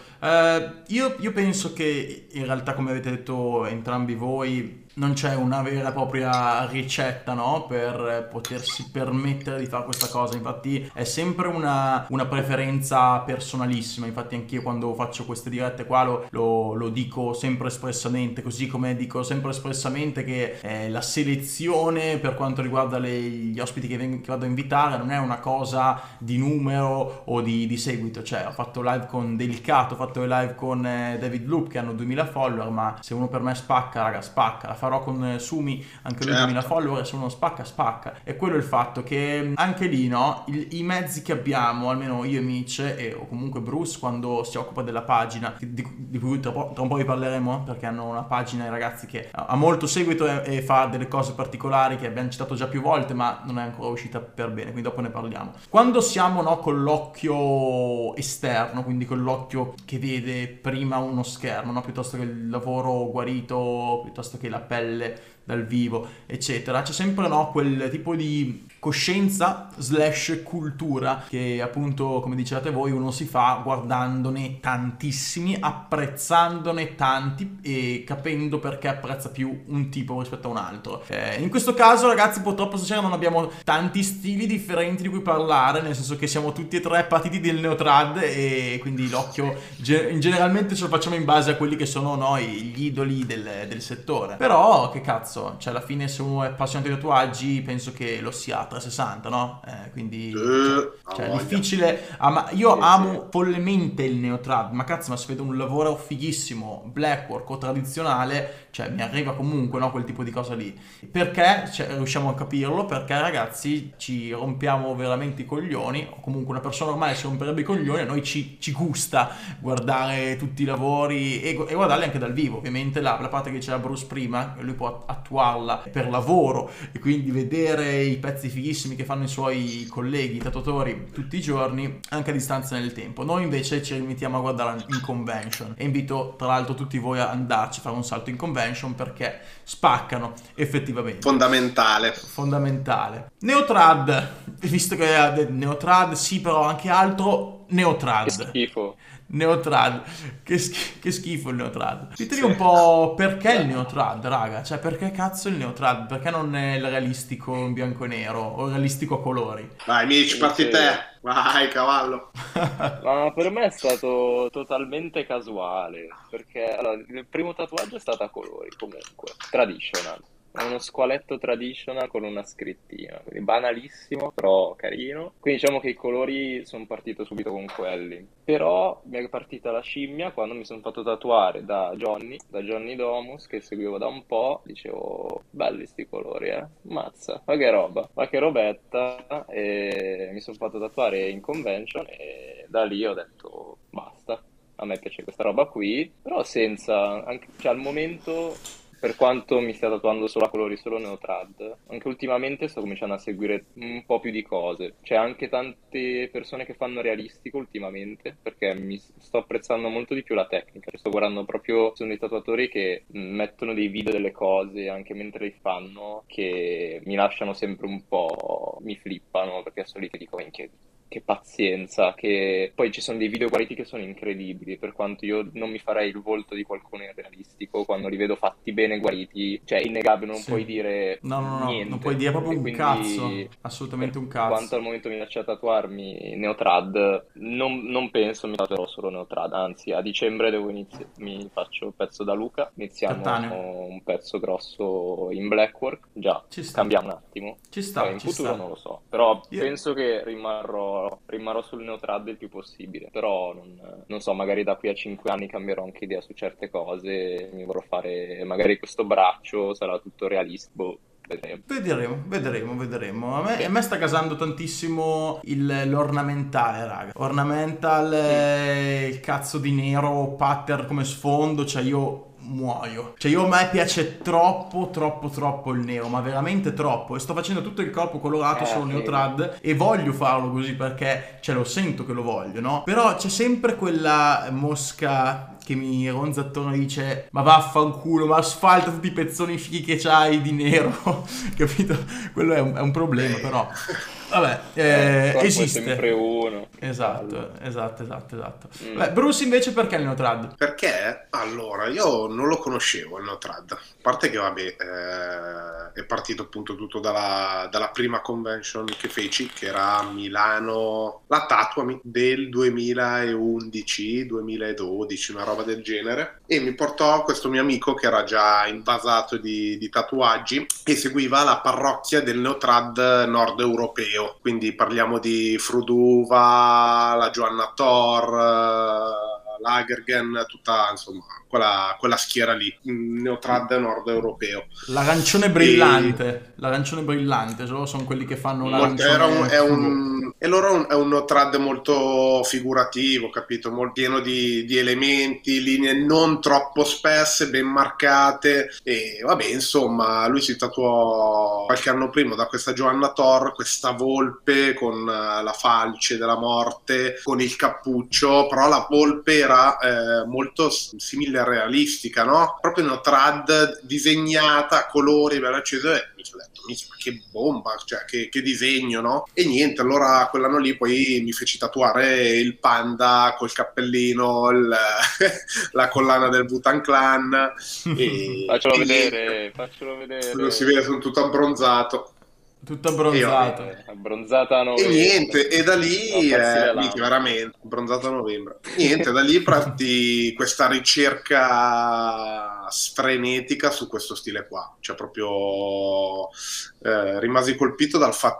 Io penso che in realtà, come avete detto entrambi voi, non c'è una vera e propria ricetta, no? Per potersi permettere di fare questa cosa. Infatti è sempre una preferenza personalissima. Infatti anch'io quando faccio queste dirette qua lo dico sempre espressamente, così come dico sempre espressamente che la selezione per quanto riguarda gli ospiti che vado a invitare non è una cosa di numero o di seguito. Cioè ho fatto live con Delicato, ho fatto live con David Loop che hanno 2000 follower, ma se uno per me spacca, raga, spacca. La farò con Sumi, anche lui 2000 follower, se uno spacca. E quello è il fatto che anche lì, no, i mezzi che abbiamo, almeno io e Mitch o comunque Bruce, quando si occupa della pagina, di cui tra un po' vi parleremo, perché hanno una pagina, i ragazzi, che ha molto seguito e fa delle cose particolari che abbiamo citato già più volte, ma non è ancora uscita per bene, quindi dopo ne parliamo. Quando siamo, no, con l'occhio esterno, quindi con l'occhio che vede prima uno schermo, no, piuttosto che il lavoro guarito, piuttosto che la pelle dal vivo, eccetera, c'è sempre, no, quel tipo di coscienza / cultura che appunto, come dicevate voi, uno si fa guardandone tantissimi, apprezzandone tanti e capendo perché apprezza più un tipo rispetto a un altro. In questo caso, ragazzi, purtroppo stasera non abbiamo tanti stili differenti di cui parlare, nel senso che siamo tutti e tre partiti del neotrad e quindi l'occhio generalmente ce lo facciamo in base a quelli che sono noi gli idoli del settore. Però che cazzo, cioè alla fine se uno è appassionato di tatuaggi penso che lo sia a 360, no? Quindi cioè è difficile. Io amo follemente il neotrad, ma cazzo, ma se vedo un lavoro fighissimo, blackwork o tradizionale, cioè mi arriva comunque, no, quel tipo di cosa lì. Perché riusciamo a capirlo? Perché ragazzi ci rompiamo veramente i coglioni, o comunque una persona normale si romperebbe i coglioni, a noi ci gusta guardare tutti i lavori e guardarli anche dal vivo. Ovviamente la parte che diceva Bruce prima, lui può attuarla per lavoro e quindi vedere i pezzi fighissimi che fanno i suoi colleghi, i tatuatori tutti i giorni, anche a distanza nel tempo. Noi invece ci limitiamo a guardarla in convention e invito tra l'altro tutti voi a andarci a fare un salto in convention perché spaccano effettivamente. Fondamentale. Neotrad, visto che Neotrad sì, però anche altro Neotrad. Che schifo. Neotrad, che schifo il Neotrad. Ditemi un po' perché il Neotrad, raga, cioè perché cazzo il Neotrad? Perché non è il realistico in bianco e nero o il realistico a colori? Vai Mitch, parti te, vai cavallo. Ma per me è stato totalmente casuale, perché allora, il primo tatuaggio è stato a colori comunque, traditional. È uno squaletto traditional con una scrittina, quindi banalissimo, però carino. Quindi diciamo che i colori sono partito subito con quelli. Però mi è partita la scimmia quando mi sono fatto tatuare da Johnny Domus, che seguivo da un po', dicevo, belli sti colori, mazza, ma che roba, ma che robetta, e mi sono fatto tatuare in convention e da lì ho detto, basta, a me piace questa roba qui, però senza, anche, cioè al momento... Per quanto mi stia tatuando solo a colori, solo Neotrad, anche ultimamente sto cominciando a seguire un po' più di cose. C'è anche tante persone che fanno realistico ultimamente, perché mi sto apprezzando molto di più la tecnica. Sto guardando proprio, sono dei tatuatori che mettono dei video delle cose anche mentre li fanno, che mi lasciano sempre un po', mi flippano, perché sono lì che dico, che pazienza, che poi ci sono dei video guariti che sono incredibili, per quanto io non mi farei il volto di qualcuno in realistico, quando li vedo fatti bene guariti, cioè innegabile, non puoi dire no, niente. non puoi dire proprio E un quindi, cazzo, assolutamente un cazzo. Quanto al momento mi piace tatuarmi Neotrad, non penso mi tatuerò solo Neotrad, anzi a dicembre mi faccio il pezzo da Luca, iniziamo Cattaneo. un pezzo grosso in Blackwork, già, Ci sta. cambiamo un attimo. Ci sta, In ci futuro sta. non lo so, però Io- penso che rimarrò sul Neotrad il più possibile, però non so, magari da qui a 5 anni cambierò anche idea su certe cose, mi vorrò fare magari questo braccio, sarà tutto realistico, Vedremo. A me sta casando tantissimo l'ornamentale, raga. Ornamental, il cazzo di nero, pattern come sfondo, cioè io muoio. Cioè a me piace troppo il nero, ma veramente troppo. E sto facendo tutto il corpo colorato solo sì. Neotrad e voglio farlo così perché, cioè lo sento che lo voglio, no? Però c'è sempre quella mosca che mi ronza attorno e dice ma vaffanculo, ma asfalta tutti i pezzoni fighi che c'hai di nero. Capito? Quello è un problema, però vabbè, esiste. È sempre uno. Esatto. Beh, Bruce invece perché il Neotrad? Perché? Allora, io non lo conoscevo il Neotrad. A parte che, vabbè, è partito appunto tutto dalla prima convention che feci, che era a Milano, la Tatuami del 2011-2012, una roba del genere. E mi portò questo mio amico che era già invasato di tatuaggi e seguiva la parrocchia del Neotrad nord europeo. Quindi parliamo di Fruduva, la Joanna Thor, Lagergen, tutta insomma quella schiera lì, Neotrad nord europeo. L'arancione brillante, sono quelli che fanno l'arancione. E loro è un Neotrad molto figurativo, capito? Molto pieno di elementi, linee non troppo spesse, ben marcate. E vabbè, insomma, lui si tatuò qualche anno prima da questa Joanna Thor, questa volpe con la falce della morte, con il cappuccio, però la volpe era molto simile a realistica, no? Proprio Neotrad disegnata a colori, bello acceso, e mi sono detto, ma che bomba, cioè che disegno, no? E niente, allora quell'anno lì poi mi feci tatuare il panda col cappellino, la collana del Wu-Tang Clan. E Faccelo vedere. Non si vede, sono tutto abbronzato. Tutto abbronzato. Abbronzata a novembre. E niente, e da lì, veramente, abbronzato a novembre. Niente, da lì parti questa ricerca frenetica su questo stile qua. Cioè proprio rimasi colpito dal fatto che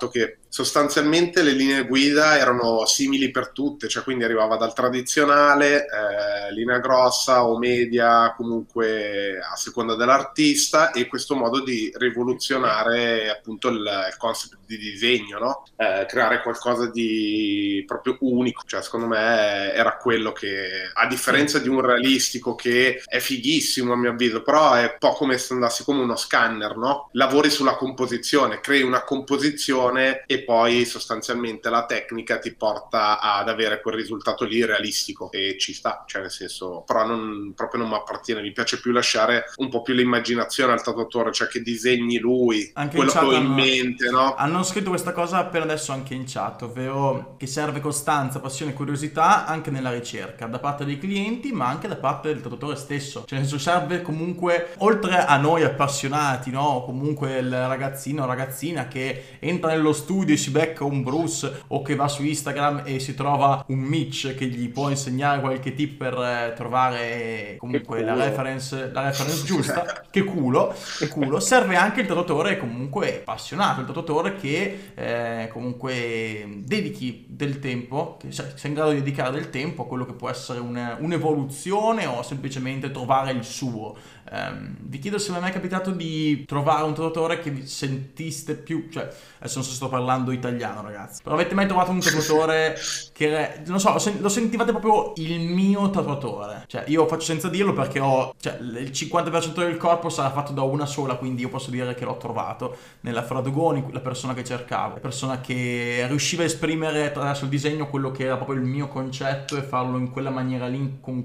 sostanzialmente le linee guida erano simili per tutte, cioè quindi arrivava dal tradizionale, linea grossa o media, comunque a seconda dell'artista, e questo modo di rivoluzionare appunto il concept di disegno, no? Creare qualcosa di proprio unico, cioè secondo me era quello che, a differenza di un realistico che è fighissimo a mio avviso, però è un po' come se andassi come uno scanner, no? Lavori sulla composizione, crei una composizione e poi sostanzialmente la tecnica ti porta ad avere quel risultato lì realistico, e ci sta, cioè nel senso, però proprio non mi appartiene, mi piace più lasciare un po' più l'immaginazione al tatuatore, cioè che disegni lui, Anche in quello che chat ho in mente, no? hanno scritto questa cosa per adesso anche in chat, ovvero che serve costanza, passione e curiosità anche nella ricerca, da parte dei clienti ma anche da parte del tatuatore stesso. Cioè nel senso, serve comunque, oltre a noi appassionati, no? O comunque il ragazzino o ragazzina che entra nello studio e si becca un Bruce, o che va su Instagram e si trova un Mitch che gli può insegnare qualche tip per trovare comunque la reference giusta. Che culo. Serve anche il tatuatore comunque appassionato, il tatuatore che comunque dedichi del tempo, che sia in grado di dedicare del tempo a quello che può essere un'evoluzione o semplicemente trovare il suo. Vi chiedo se vi è mai capitato di trovare un tatuatore che vi sentiste più, cioè adesso non so se sto parlando italiano ragazzi, però avete mai trovato un tatuatore che non so, lo sentivate proprio il mio tatuatore? Cioè io faccio senza dirlo perché cioè, il 50% del corpo sarà fatto da una sola, quindi io posso dire che l'ho trovato nella Fradugoni, la persona che cercavo, la persona che riusciva a esprimere attraverso il disegno quello che era proprio il mio concetto e farlo in quella maniera lì, con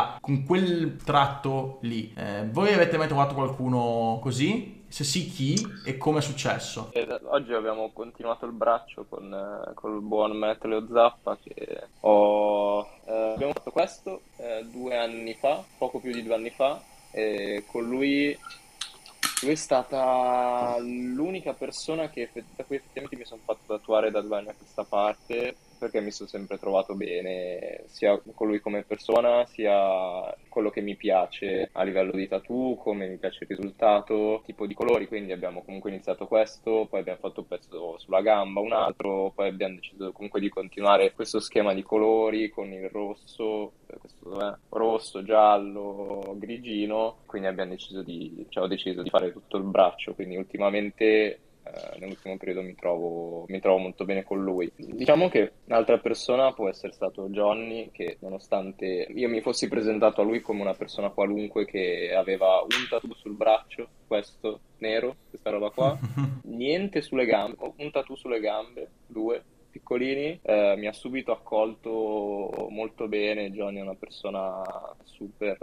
quel tratto lì. Voi avete mai trovato qualcuno così? Se sì, chi e come è successo? Oggi abbiamo continuato il braccio con il buon Matteo Zappa abbiamo fatto questo 2 anni fa, poco più di 2 anni fa, e con lui è stata l'unica persona da cui effettivamente mi sono fatto tatuare da 2 anni a questa parte, perché mi sono sempre trovato bene, sia con lui come persona, sia quello che mi piace a livello di tattoo, come mi piace il risultato, tipo di colori, quindi abbiamo comunque iniziato questo, poi abbiamo fatto un pezzo sulla gamba, un altro, poi abbiamo deciso comunque di continuare questo schema di colori con il rosso, questo dov'è? Rosso, giallo, grigino, quindi ho deciso di fare tutto il braccio, quindi ultimamente nell'ultimo periodo mi trovo molto bene con lui. Diciamo che un'altra persona può essere stato Johnny, che nonostante io mi fossi presentato a lui come una persona qualunque che aveva un tattoo sul braccio, questo nero, questa roba qua, niente sulle gambe, un tattoo sulle gambe, 2 piccolini, mi ha subito accolto molto bene. Johnny è una persona super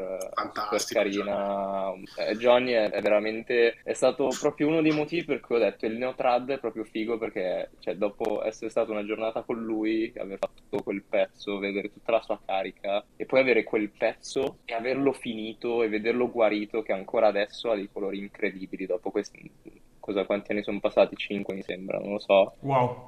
carina. Johnny è stato proprio uno dei motivi per cui ho detto il Neotrad è proprio figo, perché cioè, dopo essere stata una giornata con lui, aver fatto quel pezzo, vedere tutta la sua carica e poi avere quel pezzo e averlo finito e vederlo guarito, che ancora adesso ha dei colori incredibili dopo questi, quanti anni sono passati? 5 mi sembra, non lo so. Wow.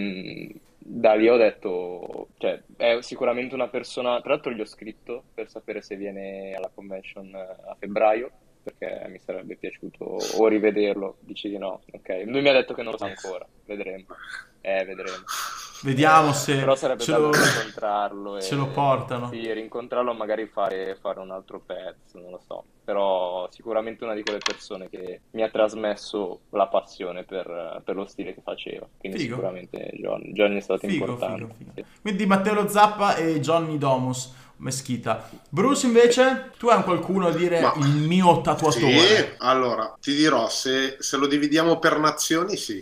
Da lì ho detto, cioè, è sicuramente una persona. Tra l'altro gli ho scritto per sapere se viene alla convention a febbraio, perché mi sarebbe piaciuto o rivederlo. Dici di no, ok. Lui mi ha detto che non lo sa ancora, vedremo. Vedremo. Vediamo se Però sarebbe bello incontrarlo ce lo portano. Sì, rincontrarlo, magari fare un altro pezzo, non lo so. Però sicuramente una di quelle persone che mi ha trasmesso la passione per lo stile che faceva. Quindi Figo. sicuramente Johnny è stato Figo. importante. Sì. Quindi Matteo Lo Zappa e Johnny Domus, Meschita. Bruce invece, tu hai qualcuno a dire il mio tatuatore? Sì, allora, ti dirò, se lo dividiamo per nazioni, sì.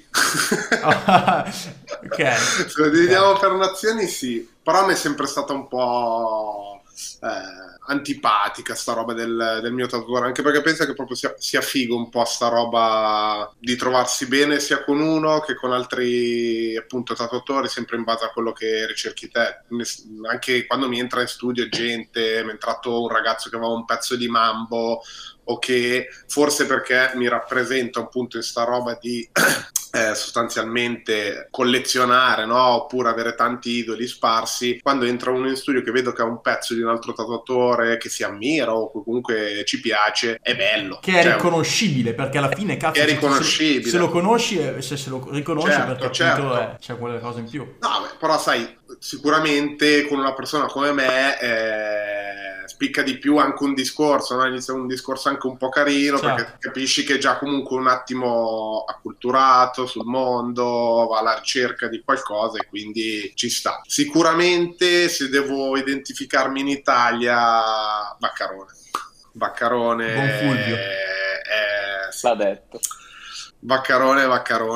Ok. Se lo dividiamo per nazioni, sì. Però mi è sempre stata un po' antipatica sta roba del mio tatuatore, anche perché penso che proprio sia figo un po' sta roba di trovarsi bene sia con uno che con altri appunto tatuatori, sempre in base a quello che ricerchi te. Anche quando mi entra in studio gente, mi è entrato un ragazzo che aveva un pezzo di mambo, o che forse perché mi rappresenta un punto in sta roba di sostanzialmente collezionare, no? Oppure avere tanti idoli sparsi. Quando entra uno in studio che vedo che ha un pezzo di un altro tatuatore che si ammira o comunque ci piace, è bello. Che è riconoscibile, perché alla fine, cazzo, è riconoscibile. Se lo conosci, se lo riconosci, certo, perché certo. appunto c'è quella cosa in più. No, beh, però sai, sicuramente con una persona come me spicca di più anche un discorso, no? Inizia un discorso anche un po' carino, Certo. perché capisci che è già comunque un attimo acculturato sul mondo, va alla ricerca di qualcosa e quindi ci sta. Sicuramente se devo identificarmi in Italia, Vaccarone Buon Fulvio. L'ha detto. Vaccarone.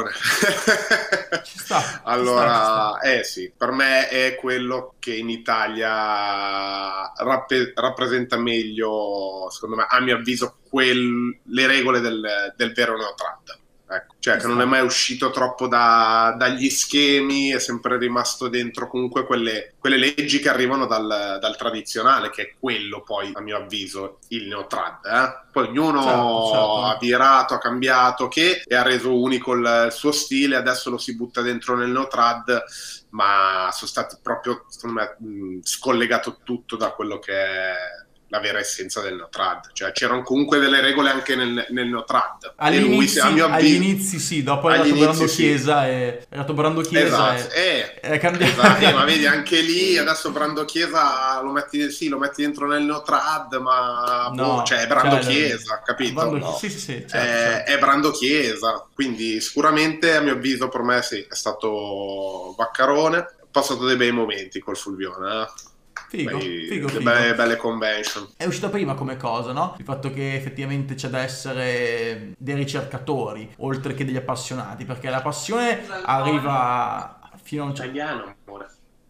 Ci sta. Allora, sì, per me è quello che in Italia rappresenta meglio, secondo me, a mio avviso, le regole del vero neotrad. Ecco, cioè che non è mai uscito troppo dagli schemi, è sempre rimasto dentro comunque quelle leggi che arrivano dal tradizionale, che è quello poi, a mio avviso, il neotrad. Poi ognuno certo. ha virato, ha cambiato, e ha reso unico il suo stile, adesso lo si butta dentro nel neotrad, ma sono stati proprio, secondo me, scollegato tutto da quello che è la vera essenza del neotrad, cioè c'erano comunque delle regole anche nel neotrad. Agli inizi sì, dopo è arrivato Brando Chiesa esatto. è cambiato. Ma vedi anche lì adesso Brando Chiesa lo metti dentro nel neotrad, ma no, cioè è Brando Chiesa, capito? Sì, certo. È Brando Chiesa, quindi sicuramente a mio avviso per me sì, è stato Vaccarone, ho passato dei bei momenti col Fulvione, Figo. Belle convention. È uscita prima come cosa, no? Il fatto che effettivamente c'è da essere dei ricercatori oltre che degli appassionati, perché la passione arriva fino a un certo Italiano, amore.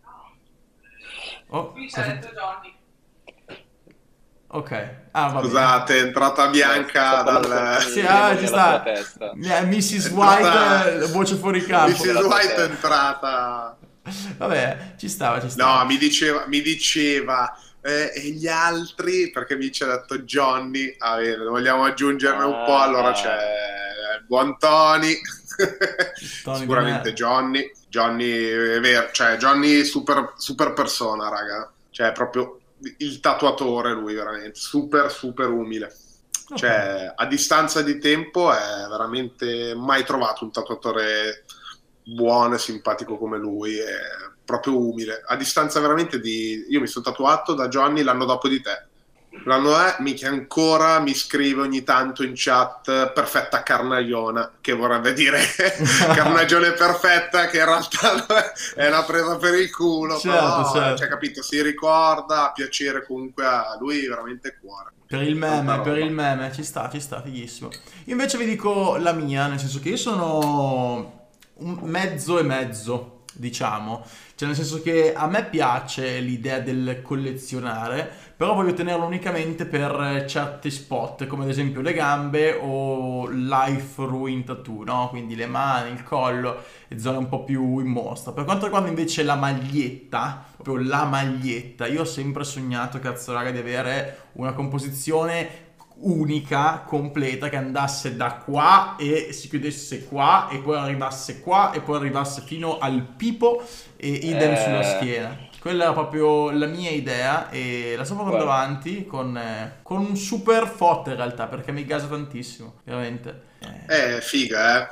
Qui c'è detto Johnny. Ok. Va Scusate, è entrata Bianca dal... Sì, ci sta. Mrs. White, voce fuori campo. Mrs. White è entrata... Vabbè, ci stava. No, mi diceva e gli altri, perché mi ci ha detto Johnny, vogliamo aggiungerne un po', allora c'è buon Tony sicuramente Johnny è vero, cioè Johnny super persona, raga, cioè proprio il tatuatore lui, veramente super umile. Cioè a distanza di tempo è veramente mai trovato un tatuatore buono e simpatico come lui, è proprio umile, a distanza veramente io mi sono tatuato da Johnny l'anno dopo di te, mica ancora mi scrive ogni tanto in chat perfetta carnagiona, che vorrebbe dire carnagione perfetta, che in realtà è una presa per il culo, certo. Cioè, capito, si ricorda, a piacere comunque a lui, veramente cuore. Per il meme, ci sta, fighissimo. Io invece vi dico la mia, nel senso che io sono un mezzo e mezzo, diciamo, cioè nel senso che a me piace l'idea del collezionare, però voglio tenerlo unicamente per certi spot, come ad esempio le gambe o life ruin tattoo, no? Quindi le mani, il collo e zone un po' più in mostra. Per quanto riguarda invece la maglietta, proprio la maglietta, io ho sempre sognato, cazzo raga, di avere una composizione unica, completa, che andasse da qua e si chiudesse qua e poi arrivasse qua e poi arrivasse fino al pipo e idem sulla schiena. Quella era proprio la mia idea e la sto portando avanti con un super foto in realtà, perché mi gasa tantissimo, veramente. È figa,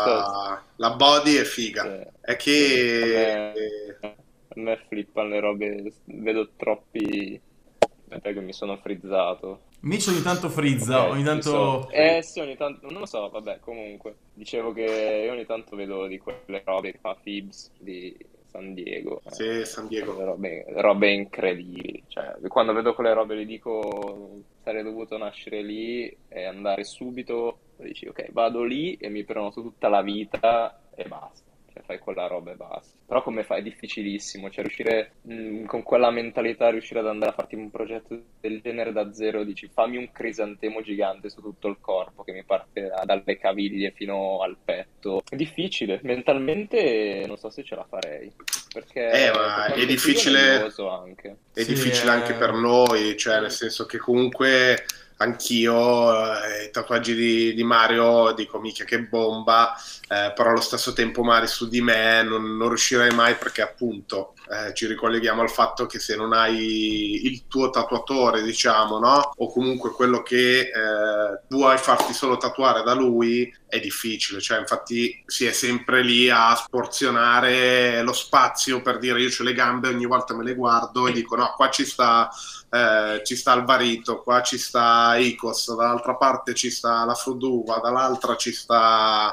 la body è figa. È che a me flippano le robe, vedo troppi, perché mi sono frizzato. Mitch ogni tanto frizza, ogni tanto... Sì, ogni tanto, non lo so, vabbè, comunque. Dicevo che io ogni tanto vedo di quelle robe che fa Fibs di San Diego. Sì, San Diego. Robe incredibili. Cioè, quando vedo quelle robe li dico, sarei dovuto nascere lì e andare subito. Dici, ok, vado lì e mi prenoto tutta la vita e basta. Fai quella roba e basta. Però come fai? È difficilissimo, cioè riuscire con quella mentalità, riuscire ad andare a farti un progetto del genere da zero, dici fammi un crisantemo gigante su tutto il corpo che mi parte dalle caviglie fino al petto. È difficile, mentalmente non so se ce la farei, perché ma è difficile anche. È difficile anche per noi, cioè nel senso che comunque anch'io i tatuaggi di Mario dico mica che bomba, però allo stesso tempo Mario su di me non riuscirei mai, perché appunto ci ricolleghiamo al fatto che se non hai il tuo tatuatore, diciamo, no? O comunque quello che vuoi farti solo tatuare da lui, è difficile, cioè infatti si è sempre lì a sporzionare lo spazio, per dire io ho le gambe, ogni volta me le guardo e dico no, qua ci sta Alvarito, qua ci sta Icos, dall'altra parte ci sta la Fruduva, dall'altra ci sta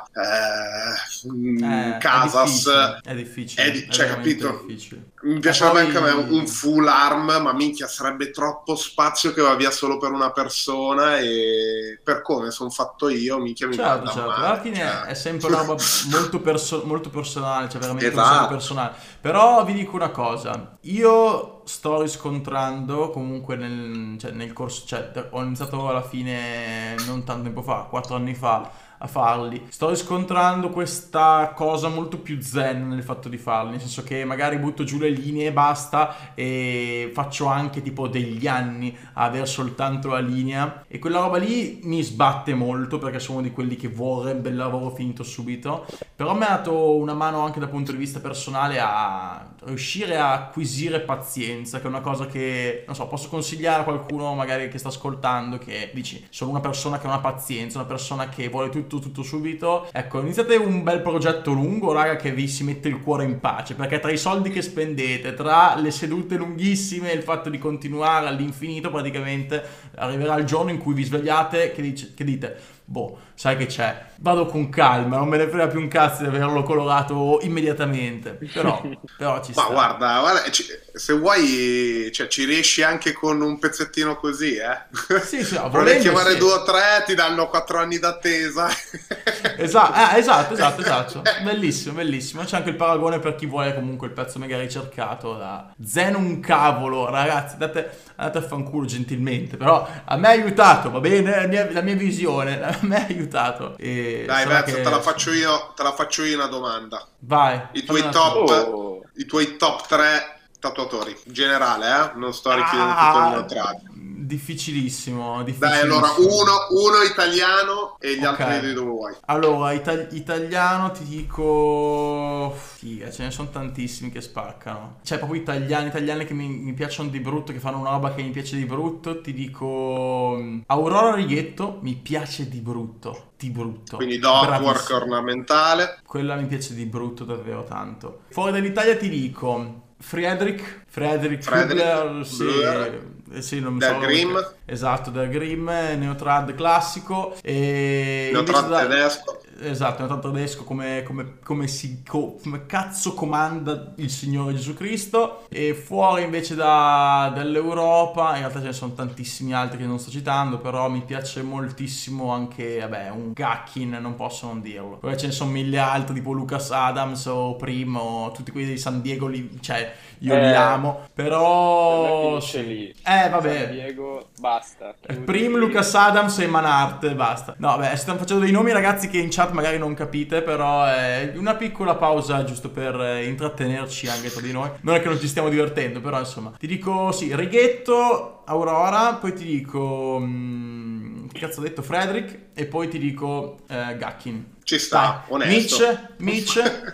Casas. È difficile, Cioè, capito? difficile. Mi piacerebbe poi... anche a me un full arm, ma minchia, sarebbe troppo spazio che va via solo per una persona, e per come sono fatto io, minchia, mi manda Certo, male, alla fine cioè. è sempre una roba molto personale, cioè veramente un Esatto. sogno personale. Però vi dico una cosa, io sto riscontrando comunque nel corso, cioè ho iniziato alla fine non tanto tempo fa, 4 anni fa a farli, sto riscontrando questa cosa molto più zen nel fatto di farli, nel senso che magari butto giù le linee e basta, e faccio anche tipo degli anni a aver soltanto la linea, e quella roba lì mi sbatte molto perché sono di quelli che vorrebbe il lavoro finito subito. Però mi ha dato una mano anche dal punto di vista personale a riuscire a acquisire pazienza, che è una cosa che, non so, posso consigliare a qualcuno magari che sta ascoltando, che dici, sono una persona che non ha pazienza, una persona che vuole tutto subito. Ecco, iniziate un bel progetto lungo, raga, che vi si mette il cuore in pace, perché tra i soldi che spendete, tra le sedute lunghissime e il fatto di continuare all'infinito, praticamente arriverà il giorno in cui vi svegliate che dite, boh, sai che c'è, vado con calma, non me ne frega più un cazzo di averlo colorato immediatamente, però ci sta. Ma guarda, se vuoi, cioè, ci riesci anche con un pezzettino così, Sì, no, Vuole volendo, chiamare sì. 2 o 3, ti danno 4 anni d'attesa. Esatto, bellissimo. C'è anche il paragone per chi vuole comunque il pezzo mega ricercato da Zen un cavolo, ragazzi, andate a fanculo gentilmente, però a me ha aiutato, va bene? La mia visione, a me ha aiutato. E Dai, sarà Vezzo, che- te la faccio io una domanda. Vai, I fammi tuoi una top, Oh, i tuoi top 3 tatuatori, in generale, non sto richiedendo tutto il neutrale. difficilissimo. Dai, allora, uno italiano e gli Ok. altri di dove vuoi. Allora, italiano ti dico... Figa, ce ne sono tantissimi che spaccano. Cioè, proprio italiane che mi piacciono di brutto, che fanno una roba che mi piace di brutto. Ti dico... Aurora Righetto mi piace di brutto. Di brutto. Quindi dot work Bravissima. ornamentale. Quella mi piace di brutto davvero tanto. Fuori dall'Italia ti dico... Friedrich Kugler, sì, sì, non Del so Grimm. esatto, del Grimm, Neotrad classico, e Neotrad invece tedesco. esatto, Neotrad tedesco come cazzo comanda il Signore Gesù Cristo. E fuori invece dall'Europa, in realtà ce ne sono tantissimi altri che non sto citando, però mi piace moltissimo anche, vabbè, un Gackin, non posso non dirlo. Poi ce ne sono mille altri, tipo Lucas Adams o Prim o tutti quelli di San Diego lì, cioè io li amo, per me però finisce sì. lì. Vabbè. San Diego, basta. chiudi. Prim, Lucas Adams e Manhart, basta. No, beh, stiamo facendo dei nomi, ragazzi, che in chat magari non capite, però è una piccola pausa giusto per intrattenerci anche tra di noi. Non è che non ci stiamo divertendo, però insomma. Ti dico, sì, Righetto, Aurora, poi ti dico... che cazzo ho detto? Frederick, e poi ti dico Gackin. Ci sta, Dai. onesto. Mitch.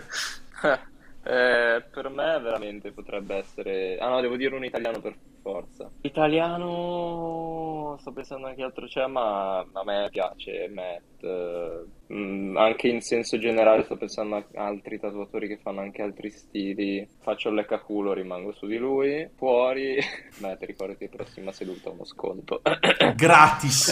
Per me veramente potrebbe essere... Ah no, devo dire un italiano per forza. Italiano... Sto pensando anche altro c'è, ma a me piace Matt. Anche in senso generale sto pensando a altri tatuatori che fanno anche altri stili. Faccio il leccaculo, rimango su di lui. Fuori... Matt, ricordati, prossima seduta uno sconto. Gratis.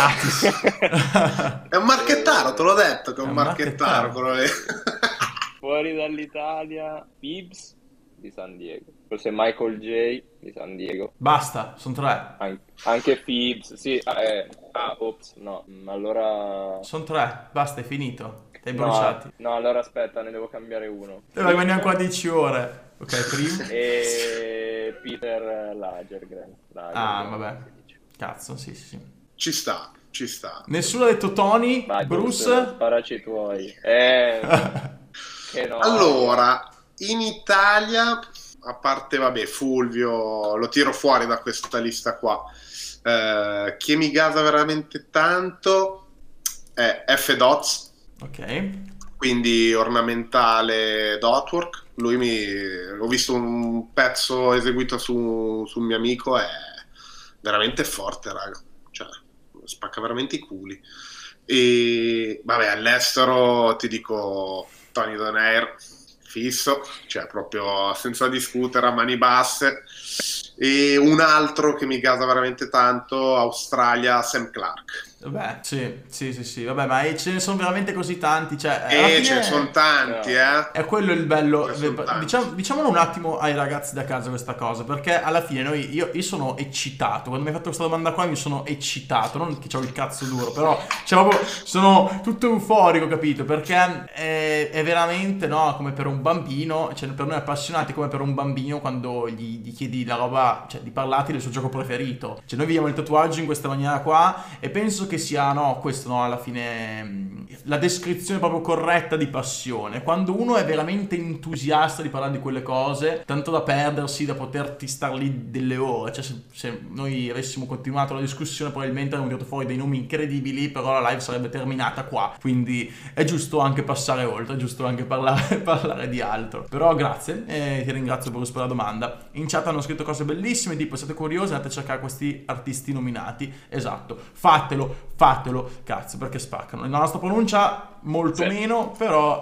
È un marchettaro, te l'ho detto che è un marchettaro. marchettaro. Quello lì. Fuori dall'Italia, Pibbs di San Diego. Forse Michael J di San Diego. Basta, sono 3. Anche Pibbs, sì. Ops, no. Allora... Sono 3, basta, è finito. Ti hai No, bruciati. no, allora aspetta, ne devo cambiare uno. Rimaniamo qua 10 ore. Ok, prima. E Peter Lagergren. Vabbè. Cazzo, sì. Ci sta. Nessuno ha detto Tony, Vai, Bruce. sparaci i tuoi. Che no. Allora, in Italia, a parte, vabbè, Fulvio, lo tiro fuori da questa lista qua. Che mi gasa veramente tanto è F-Dots, Ok. quindi ornamentale dotwork. Ho visto un pezzo eseguito su un mio amico, è veramente forte, raga, cioè spacca veramente i culi. E vabbè, all'estero ti dico Tony Donaire fisso, cioè proprio senza discutere, a mani basse. E un altro che mi gasa veramente tanto, Australia, Sam Clark. Vabbè, sì, vabbè, ma ce ne sono veramente così tanti, cioè, alla E ce ne sono fine tanti, è quello il bello. Ce ne son tanti. Diciamolo un attimo ai ragazzi da casa questa cosa, perché alla fine io sono eccitato, quando mi hai fatto questa domanda qua mi sono eccitato, non che ho il cazzo duro, però cioè, proprio sono tutto euforico, capito? Perché è veramente, no, come per un bambino, cioè per noi appassionati come per un bambino quando gli chiedi la roba, cioè di parlarti del suo gioco preferito. Cioè noi vediamo il tatuaggio in questa maniera qua e penso che sia, no, questo, no, alla fine la descrizione proprio corretta di passione. Quando uno è veramente entusiasta di parlare di quelle cose, tanto da perdersi, da poterti star lì delle ore. Cioè se noi avessimo continuato la discussione probabilmente avremmo tirato fuori dei nomi incredibili, però la live sarebbe terminata qua. Quindi è giusto anche passare oltre, è giusto anche parlare di altro. Però grazie, ti ringrazio per la domanda. In chat hanno scritto cose bellissime, tipo siete curiosi, andate a cercare questi artisti nominati. Esatto, fatelo, cazzo, perché spaccano. La nostra pronuncia molto meno, però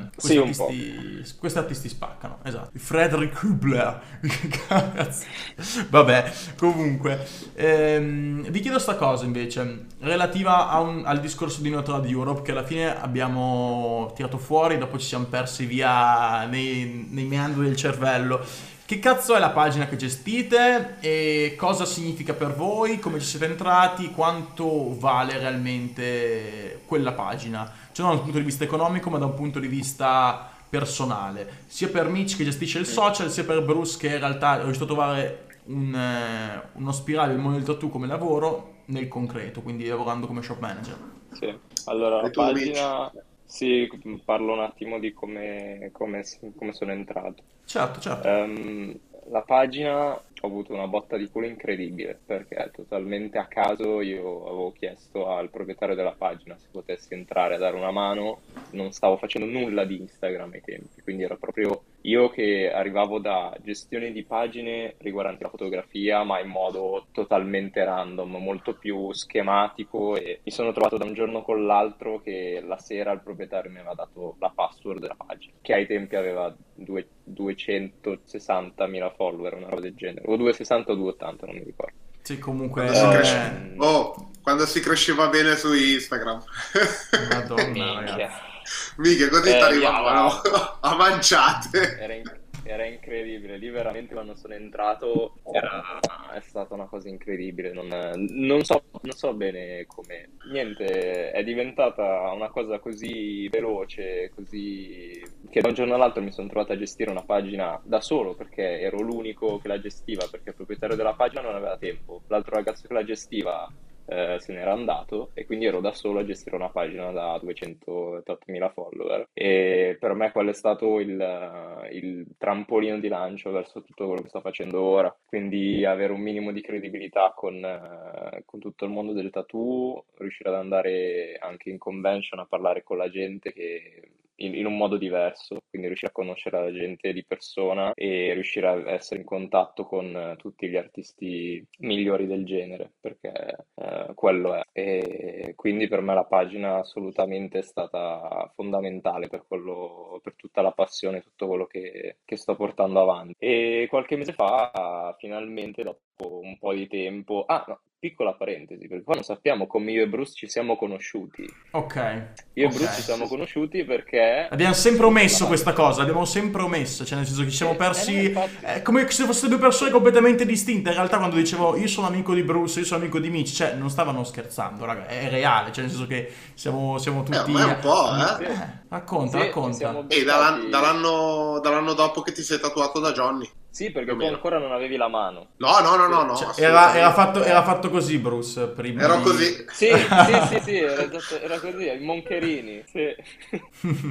questi artisti spaccano, esatto. Frederick Hubler. Cazzo. Vabbè, comunque vi chiedo sta cosa invece relativa al discorso di Notrad Europe, che alla fine abbiamo tirato fuori, dopo ci siamo persi via nei meandri del cervello. Che cazzo è la pagina che gestite e cosa significa per voi, come ci siete entrati, quanto vale realmente quella pagina? Cioè non da un punto di vista economico ma da un punto di vista personale, sia per Mitch che gestisce il social, sia per Bruce che in realtà è riuscito a trovare uno spiraglio del mondo del tattoo come lavoro nel concreto, quindi lavorando come shop manager. Sì, allora la E tu, pagina, sì, parlo un attimo di come sono entrato. Certo. La pagina ho avuto una botta di culo incredibile perché totalmente a caso io avevo chiesto al proprietario della pagina se potessi entrare a dare una mano, non stavo facendo nulla di Instagram ai tempi, quindi era proprio io che arrivavo da gestione di pagine riguardanti la fotografia, ma in modo totalmente random, molto più schematico, e mi sono trovato da un giorno con l'altro che la sera il proprietario mi aveva dato la password della pagina, che ai tempi aveva 260.000 follower, una roba del genere, o 260 o 280, non mi ricordo. Sì, comunque quando si cresceva bene su Instagram. Madonna, ragazzi. Mica così ti arrivavano a manciate. Era incredibile, lì veramente quando sono entrato è stata una cosa incredibile, non so bene come, niente, è diventata una cosa così veloce, così che da un giorno all'altro mi sono trovato a gestire una pagina da solo perché ero l'unico che la gestiva, perché il proprietario della pagina non aveva tempo, l'altro ragazzo che la gestiva se n'era andato e quindi ero da solo a gestire una pagina da 208.000 follower, e per me quello è stato il trampolino di lancio verso tutto quello che sto facendo ora, quindi avere un minimo di credibilità con tutto il mondo del tattoo, riuscire ad andare anche in convention a parlare con la gente che in un modo diverso, quindi riuscire a conoscere la gente di persona e riuscire a essere in contatto con tutti gli artisti migliori del genere, perché quello è. E quindi per me la pagina assolutamente è stata fondamentale per tutta la passione, tutto quello che sto portando avanti. E qualche mese fa, finalmente, dopo un po' di tempo, no, piccola parentesi, perché qua non sappiamo come io e Bruce ci siamo conosciuti. Ok. Io e Bruce ci siamo conosciuti perché abbiamo sempre omesso questa cosa, l'abbiamo sempre omesso, cioè nel senso che ci siamo persi come se fossero due persone completamente distinte. In realtà quando dicevo io sono amico di Bruce, io sono amico di Mitch, cioè non stavano scherzando, raga, è reale, cioè nel senso che siamo tutti... ma è un po', Racconta. E dall'anno dopo che ti sei tatuato da Johnny. Sì, perché tu ancora non avevi la mano. No. Cioè, era fatto così, Bruce, prima. Ero così. Sì, era così, i moncherini, sì.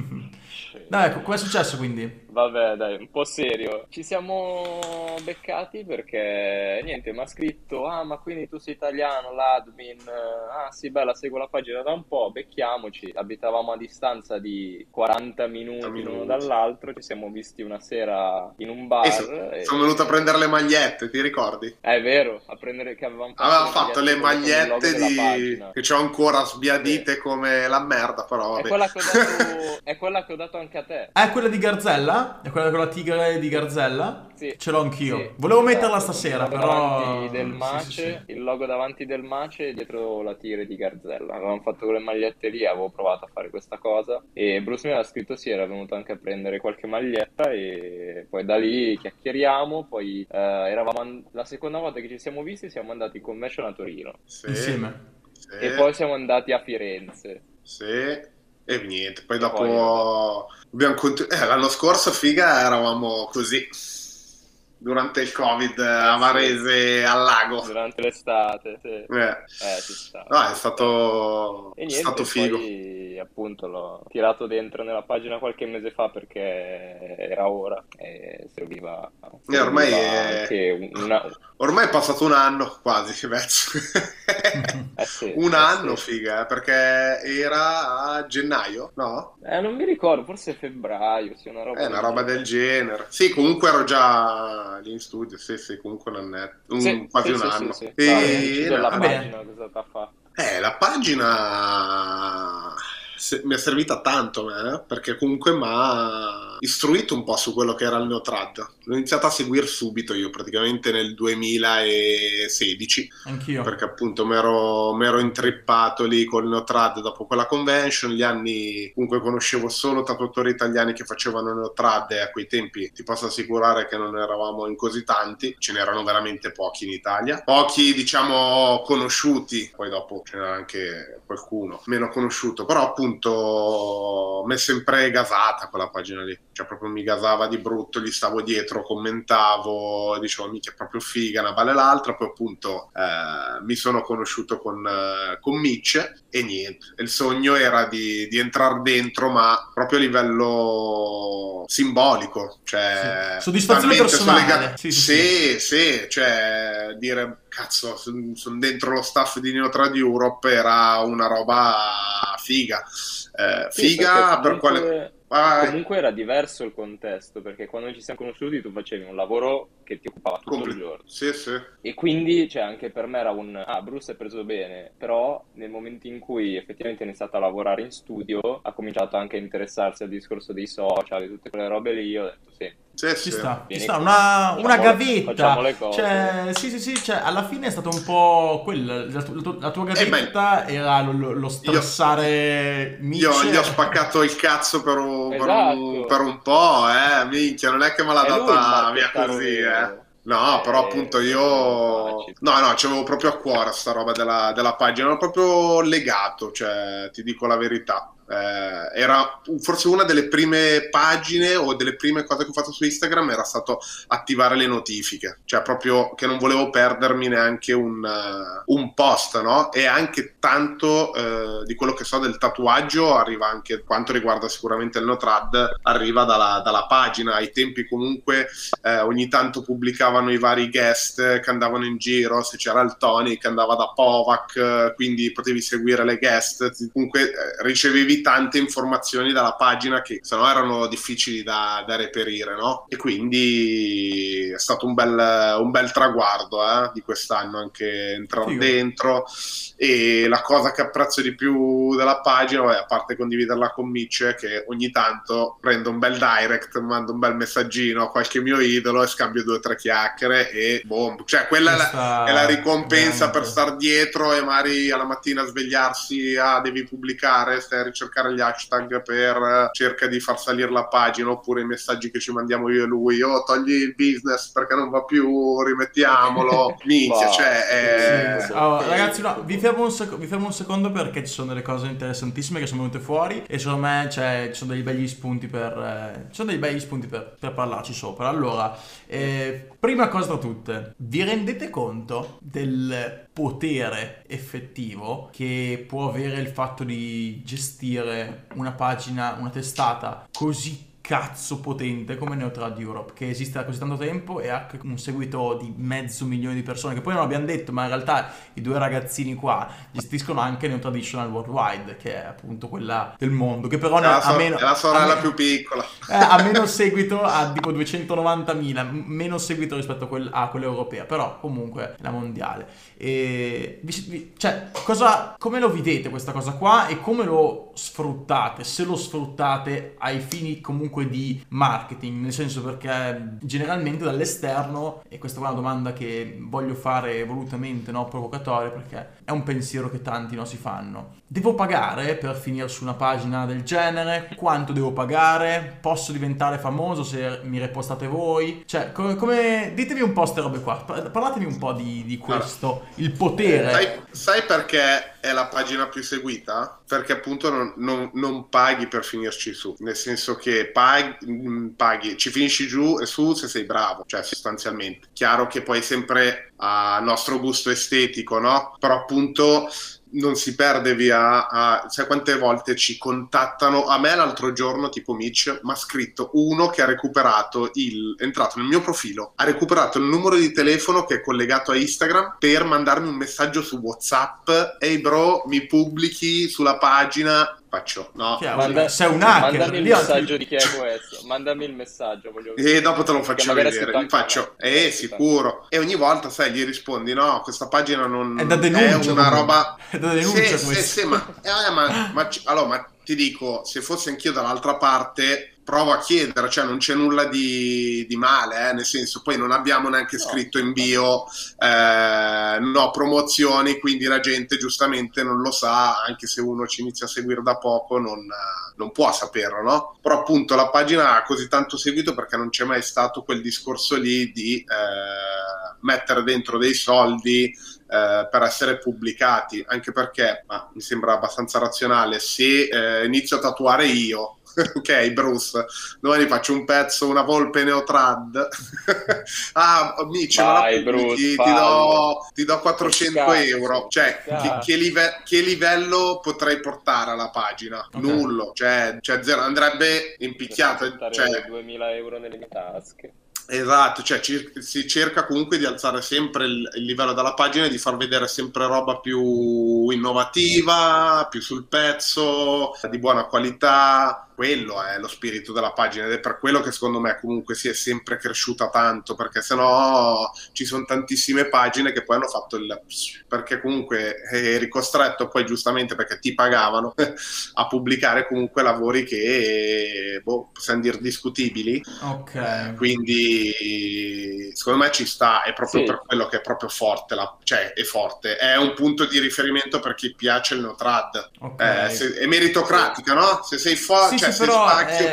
Dai, com'è successo quindi? Vabbè, dai, un po' serio. Ci siamo beccati perché niente, mi ha scritto: Ah, ma quindi tu sei italiano, l'admin? Ah, sì, bella, seguo la pagina da un po', becchiamoci. Abitavamo a distanza di 40 minuti l'uno minuti. dall'altro. Ci siamo visti una sera in un E bar. sono venuto a prendere le magliette, ti ricordi? È vero, a prendere che avevamo fatto Aveva le fatto magliette le quelle con il logo magliette della pagina. che ho ancora Sì. sbiadite come la merda, però È vabbè. quella che ho dato, è quella che ho dato anche a te. Ah, è quella di Garzella? È quella con la tigre di Garzella? Sì, Ce l'ho anch'io. sì, Volevo metterla esatto, con stasera, però... Sì, sì, sì. il logo davanti del Mace e dietro la tigre di Garzella. Avevamo fatto quelle magliette lì, avevo provato a fare questa cosa e Bruce mi aveva scritto sì, era venuto anche a prendere qualche maglietta e poi da lì chiacchieriamo, poi la seconda volta che ci siamo visti siamo andati in convention a Torino Sì, Insieme. e sì, poi siamo andati a Firenze sì. E niente, poi e poi vabbè, dopo l'anno scorso, figa, eravamo così, durante il Covid, a sì, Varese, al lago. durante l'estate, sì. Eh. Ci sta, No, è ci sta. stato, E è niente, stato figo. poi appunto l'ho tirato dentro nella pagina qualche mese fa perché era ora e E ormai serviva è... anche una... Ormai è passato un anno quasi, Vezzo. Eh sì, Un eh anno, sì. figa, perché era a gennaio, no? Non mi ricordo, forse febbraio, sì, una È roba una del roba del genere. genere. Sì, comunque ero già lì in studio, sì, sì, comunque un annetto, Sì, quasi sì, un sì, sì, anno. sì. No, Va avevi bene, E deciso no, la va bene. pagina, cosa t'ha fatto? la pagina mi è servita tanto a me, perché comunque mi ha istruito un po' su quello che era il Neotrad. L'ho iniziato a seguire subito io, praticamente nel 2016, Anch'io. perché appunto mi ero intrippato lì col Neotrad dopo quella convention. Gli anni comunque conoscevo solo tatuatori italiani che facevano Neotrad e a quei tempi ti posso assicurare che non eravamo in così tanti, ce n'erano veramente pochi in Italia. Pochi, diciamo, conosciuti, poi dopo ce n'era anche qualcuno meno conosciuto, però appunto mi è sempre gasata quella pagina lì, cioè proprio mi gasava di brutto, gli stavo dietro, commentavo, dicevo mica è proprio figa una balla e l'altra, poi appunto mi sono conosciuto con Mitch e niente, il sogno era di entrare dentro, ma proprio a livello simbolico, Sì. cioè Soddisfazione talmente sono personale. legato, Sì, sì, sì. sì, sì, cioè dire cazzo, sono dentro lo staff di Neotrad Europe era una roba figa. Sì, perché Figa per quale... Vai, comunque era diverso il contesto, perché quando ci siamo conosciuti tu facevi un lavoro che ti occupava tutto il giorno. sì, sì. E quindi, cioè, anche per me era Bruce è preso bene, però nel momento in cui effettivamente ha iniziato a lavorare in studio, ha cominciato anche a interessarsi al discorso dei social e tutte quelle robe lì, io ho detto, sì, Sì, Ci sì. sta, ci vieni sta, qui, una facciamo gavetta. le cose. Cioè, sì, sì, sì, cioè, alla fine è stato un po' quella, la tua Beh, gavetta era lo io, stressare gli ho Mitch. spaccato il cazzo per Esatto, un po', minchia, non è che me l'ha è lui il data via marchettaro così, eh. vero. No, però appunto È quello qua, io... ci No, sta. no, c'avevo proprio a cuore sta roba della pagina, ero proprio legato, cioè, ti dico la verità. Era forse una delle prime pagine o delle prime cose che ho fatto su Instagram era stato attivare le notifiche, cioè proprio che non volevo perdermi neanche un post, no? E anche tanto di quello che so del tatuaggio arriva anche, quanto riguarda sicuramente il Notrad, arriva dalla pagina. Ai tempi comunque ogni tanto pubblicavano i vari guest che andavano in giro, se c'era il Tony che andava da Povac, quindi potevi seguire le guest, comunque ricevevi tante informazioni dalla pagina che sennò erano difficili da reperire, no? E quindi è stato un bel traguardo di quest'anno anche entrare Figo. dentro. E la cosa che apprezzo di più della pagina, a parte condividerla con Mitch, è che ogni tanto prendo un bel direct, mando un bel messaggino a qualche mio idolo e scambio 2 o 3 chiacchiere e boom, cioè quella è la Questa ricompensa per veramente. star dietro e magari alla mattina svegliarsi, devi pubblicare, stai a ricercare gli hashtag per cerca di far salire la pagina, oppure i messaggi che ci mandiamo io e lui, togli il business perché non va più, rimettiamolo, minchia, cioè Basta, Sì, incubo, allora, ragazzi, no, incubo. vi fermo un secondo perché ci sono delle cose interessantissime che sono venute fuori e secondo me ci sono dei begli spunti per parlarci sopra. Allora, prima cosa tra tutte, vi rendete conto del potere effettivo che può avere il fatto di gestire gestire una pagina, una testata così cazzo potente come Neotrad Europe, che esiste da così tanto tempo e ha un seguito di 500.000 di persone, che poi non abbiamo detto, ma in realtà i due ragazzini qua gestiscono anche Neo Traditional Worldwide, che è appunto quella del mondo, che però ha meno, è la sorella più piccola, ha meno seguito, ha tipo 290.000, meno seguito rispetto a quella europea, però comunque è la mondiale. Cioè, come lo vedete questa cosa qua e come lo sfruttate, se lo sfruttate ai fini comunque di marketing, nel senso, perché generalmente dall'esterno, e questa è una domanda che voglio fare volutamente, no, provocatoria, perché è un pensiero che tanti non si fanno: devo pagare per finire su una pagina del genere? Quanto devo pagare? Posso diventare famoso se mi repostate voi? Cioè, come ditemi un po' ste robe qua, parlatemi un po' di questo, il potere. Sai perché è la pagina più seguita? Perché appunto non paghi per finirci su, nel senso che paghi, ci finisci giù e su se sei bravo, cioè sostanzialmente. Chiaro che poi sempre a nostro gusto estetico, no? Però appunto non si perde via. Sai quante volte ci contattano? A me l'altro giorno, tipo Mitch, mi ha scritto uno che ha recuperato è entrato nel mio profilo, ha recuperato il numero di telefono che è collegato a Instagram per mandarmi un messaggio su WhatsApp: ehi bro, mi pubblichi sulla pagina? Faccio, no. Sei un hacker. Mandami il messaggio di chi è questo. Mandami il messaggio, voglio vedere. E dopo te lo faccio vedere. Mi faccio, sicuro. E ogni volta, sai, gli rispondi: no, questa pagina non è da denuncia, è una roba. È da denuncia. Sì, ma ti dico, se fossi anch'io dall'altra parte, provo a chiedere, cioè non c'è nulla di male, nel senso, poi non abbiamo neanche scritto in bio no promozioni, quindi la gente giustamente non lo sa, anche se uno ci inizia a seguire da poco non può saperlo, no? Però appunto la pagina ha così tanto seguito perché non c'è mai stato quel discorso lì di mettere dentro dei soldi per essere pubblicati, anche perché mi sembra abbastanza razionale, se inizio a tatuare io ok Bruce, domani faccio un pezzo, una volpe Neotrad Mitch, vai, Bruce, ti do 400 euro, cioè che livello potrei portare alla pagina? Okay. Nullo, cioè zero, andrebbe impicchiato, cioè 2000 euro nelle mie tasche. Esatto, cioè si cerca comunque di alzare sempre il livello della pagina e di far vedere sempre roba più innovativa, più sul pezzo, di buona qualità. Quello è lo spirito della pagina ed è per quello che secondo me comunque si è sempre cresciuta tanto, perché sennò ci sono tantissime pagine che poi hanno fatto perché comunque eri costretto poi, giustamente perché ti pagavano, a pubblicare comunque lavori che possiamo dire discutibili. Ok. Quindi secondo me ci sta, è proprio per quello che è proprio forte, cioè è forte, è un punto di riferimento per chi piace il Neotrad. Okay. È meritocratica, no? Se sei forte, cioè se però spacchio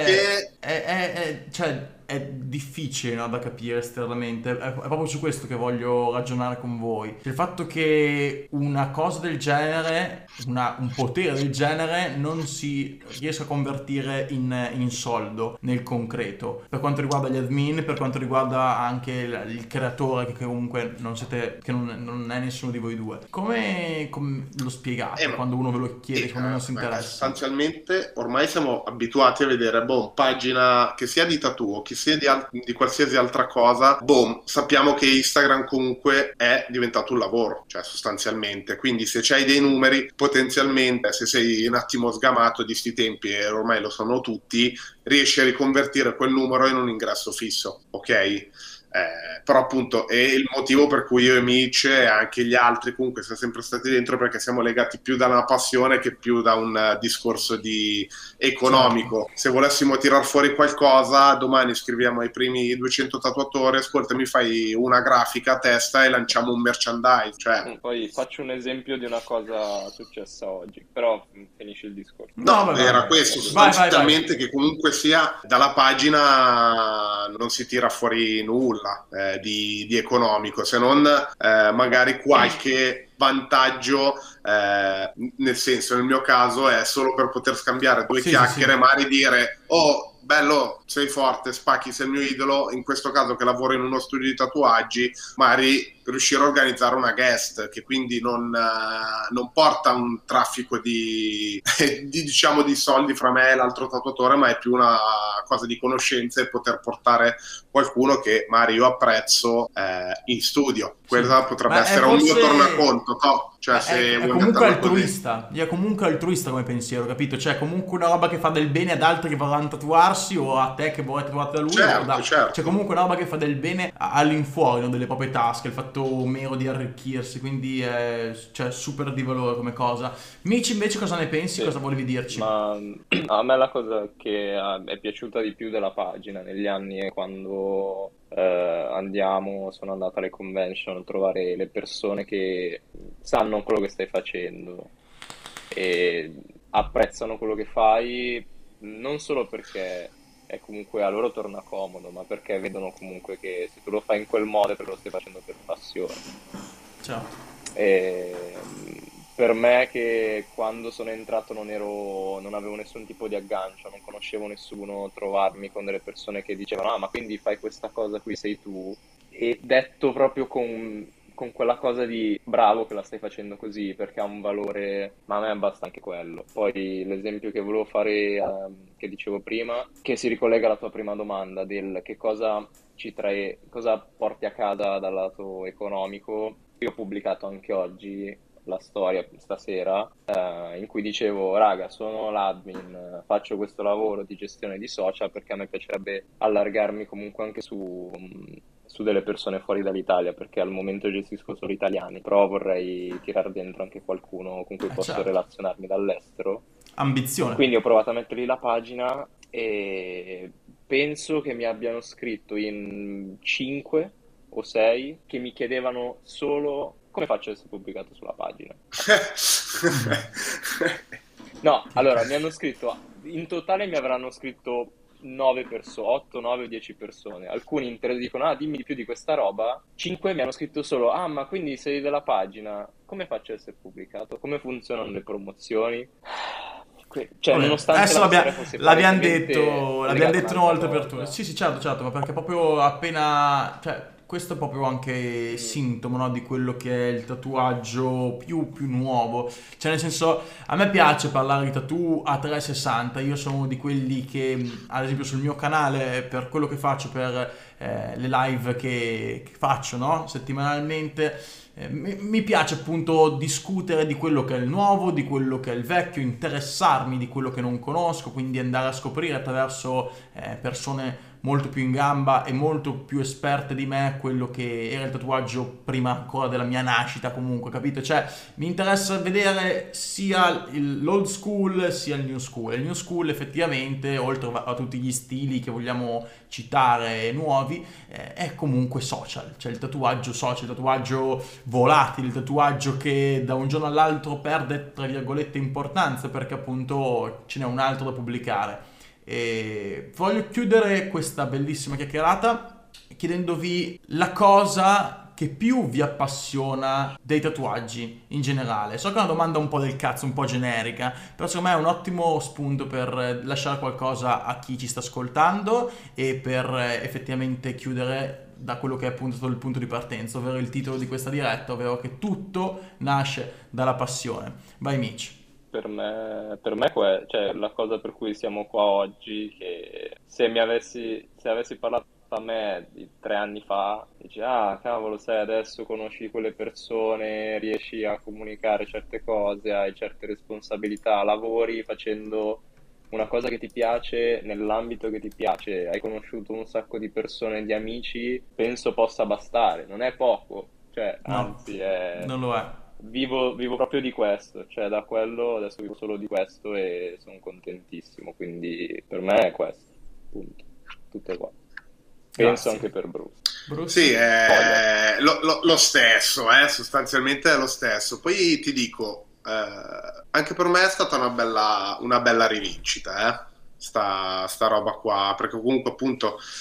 cioè è difficile, no, da capire esternamente. È proprio su questo che voglio ragionare con voi. Il fatto che una cosa del genere, un potere del genere, non si riesca a convertire in soldo nel concreto. Per quanto riguarda gli admin, per quanto riguarda anche il creatore, che comunque non è nessuno di voi due. Come lo spiegate quando uno ve lo chiede, quando non si interessa? Sostanzialmente ormai siamo abituati a vedere pagina che sia di tattoo, che sia di qualsiasi altra cosa, sappiamo che Instagram comunque è diventato un lavoro, cioè sostanzialmente, quindi se c'hai dei numeri, potenzialmente, se sei un attimo sgamato di sti tempi, e ormai lo sanno tutti, riesci a riconvertire quel numero in un ingresso fisso, ok? Però appunto è il motivo per cui io e Mitch e anche gli altri comunque siamo sempre stati dentro, perché siamo legati più da una passione che più da un discorso di economico. Certo. Se volessimo tirar fuori qualcosa, domani scriviamo ai primi 200 tatuatori: ascolta, mi fai una grafica a testa e lanciamo un merchandise, cioè. Poi faccio un esempio di una cosa successa oggi, però finisci il discorso. Era questo sostanzialmente, che comunque sia dalla pagina non si tira fuori nulla di economico, se non magari qualche vantaggio, nel senso, nel mio caso è solo per poter scambiare due chiacchiere, magari dire bello, sei forte, spacchi, sei il mio idolo, in questo caso che lavoro in uno studio di tatuaggi, magari riuscire a organizzare una guest che quindi non porta un traffico diciamo di soldi fra me e l'altro tatuatore, ma è più una cosa di conoscenze e poter portare qualcuno che magari io apprezzo in studio. Quella potrebbe essere un mio tornaconto, no? Cioè, se è vuoi comunque metterla così. altruista, è comunque altruista come pensiero, capito? Cioè comunque una roba che fa del bene ad altri che vorranno tatuarsi o a te che vuoi tatuarti da lui, Certo, certo. cioè comunque una roba che fa del bene all'infuori, no, delle proprie tasche, il fatto mero di arricchirsi, quindi è cioè, super di valore come cosa. Mitch invece cosa ne pensi? Sì, Cosa volevi dirci? ma a me la cosa che è piaciuta di più della pagina negli anni è quando sono andata alle convention a trovare le persone che sanno quello che stai facendo e apprezzano quello che fai, non solo perché è comunque a loro torna comodo, ma perché vedono comunque che se tu lo fai in quel modo è perché lo stai facendo per passione. Ciao. E, per me che quando sono entrato non avevo nessun tipo di aggancio, non conoscevo nessuno, trovarmi con delle persone che dicevano, ah, ma quindi fai questa cosa qui, sei tu, e detto proprio con quella cosa di bravo che la stai facendo così perché ha un valore, ma a me basta anche quello. Poi l'esempio che volevo fare, che dicevo prima, che si ricollega alla tua prima domanda del che cosa ci trae, cosa porti a casa dal lato economico. Io ho pubblicato anche oggi la storia stasera in cui dicevo, raga, sono l'admin, faccio questo lavoro di gestione di social perché a me piacerebbe allargarmi comunque anche su delle persone fuori dall'Italia, perché al momento gestisco solo italiani, però vorrei tirar dentro anche qualcuno con cui posso Certo. relazionarmi dall'estero. Ambizione. Quindi ho provato a metterli la pagina e penso che mi abbiano scritto in 5 o 6 che mi chiedevano solo come faccio ad essere pubblicato sulla pagina. No, Che allora mi hanno cazzo. scritto, in totale mi avranno scritto 9 persone, 8, 9 o 10 persone. Alcuni dicono, ah, dimmi di più di questa roba. 5 mi hanno scritto solo, ah, ma quindi sei della pagina, come faccio ad essere pubblicato? Come funzionano le promozioni? Cioè, Vabbè, nonostante adesso la mia storia fosse palesemente l'abbiamo legata a detto una un'altra volta per tutte. cosa. Sì, sì, certo, certo, ma perché proprio appena, cioè, questo è proprio anche Mm, sintomo, no, di quello che è il tatuaggio più nuovo. Cioè, nel senso, a me piace parlare di tattoo a 360. Io sono uno di quelli che, ad esempio, sul mio canale, per quello che faccio, per le live che faccio, no, settimanalmente, mi piace appunto discutere di quello che è il nuovo, di quello che è il vecchio, interessarmi di quello che non conosco, quindi andare a scoprire attraverso persone molto più in gamba e molto più esperte di me quello che era il tatuaggio prima ancora della mia nascita comunque, capito? Cioè mi interessa vedere sia l'old school sia il new school. Il new school effettivamente, oltre a tutti gli stili che vogliamo citare nuovi, è comunque social, cioè il tatuaggio social, il tatuaggio volatile, il tatuaggio che da un giorno all'altro perde tra virgolette importanza perché appunto ce n'è un altro da pubblicare. E voglio chiudere questa bellissima chiacchierata chiedendovi la cosa che più vi appassiona dei tatuaggi in generale. So che è una domanda un po' del cazzo, un po' generica, però secondo me è un ottimo spunto per lasciare qualcosa a chi ci sta ascoltando e per effettivamente chiudere da quello che è appunto stato il punto di partenza, ovvero il titolo di questa diretta, ovvero che tutto nasce dalla passione. Vai Mitch. Cioè, la cosa per cui siamo qua oggi, che se avessi parlato a me di 3 anni fa, dici, ah, cavolo, sai, adesso conosci quelle persone, riesci a comunicare certe cose, hai certe responsabilità, lavori facendo una cosa che ti piace nell'ambito che ti piace, hai conosciuto un sacco di persone, di amici, penso possa bastare, non è poco, cioè, No, anzi, non lo è. vivo proprio di questo, cioè da quello adesso vivo solo di questo e sono contentissimo, quindi per me è questo, punto, tutto qua. Penso Grazie. anche per Bruce. Sì, Bruce? Spoiler. è lo stesso, sostanzialmente è lo stesso. Poi ti dico, anche per me è stata una bella rivincita, sta roba qua, perché comunque appunto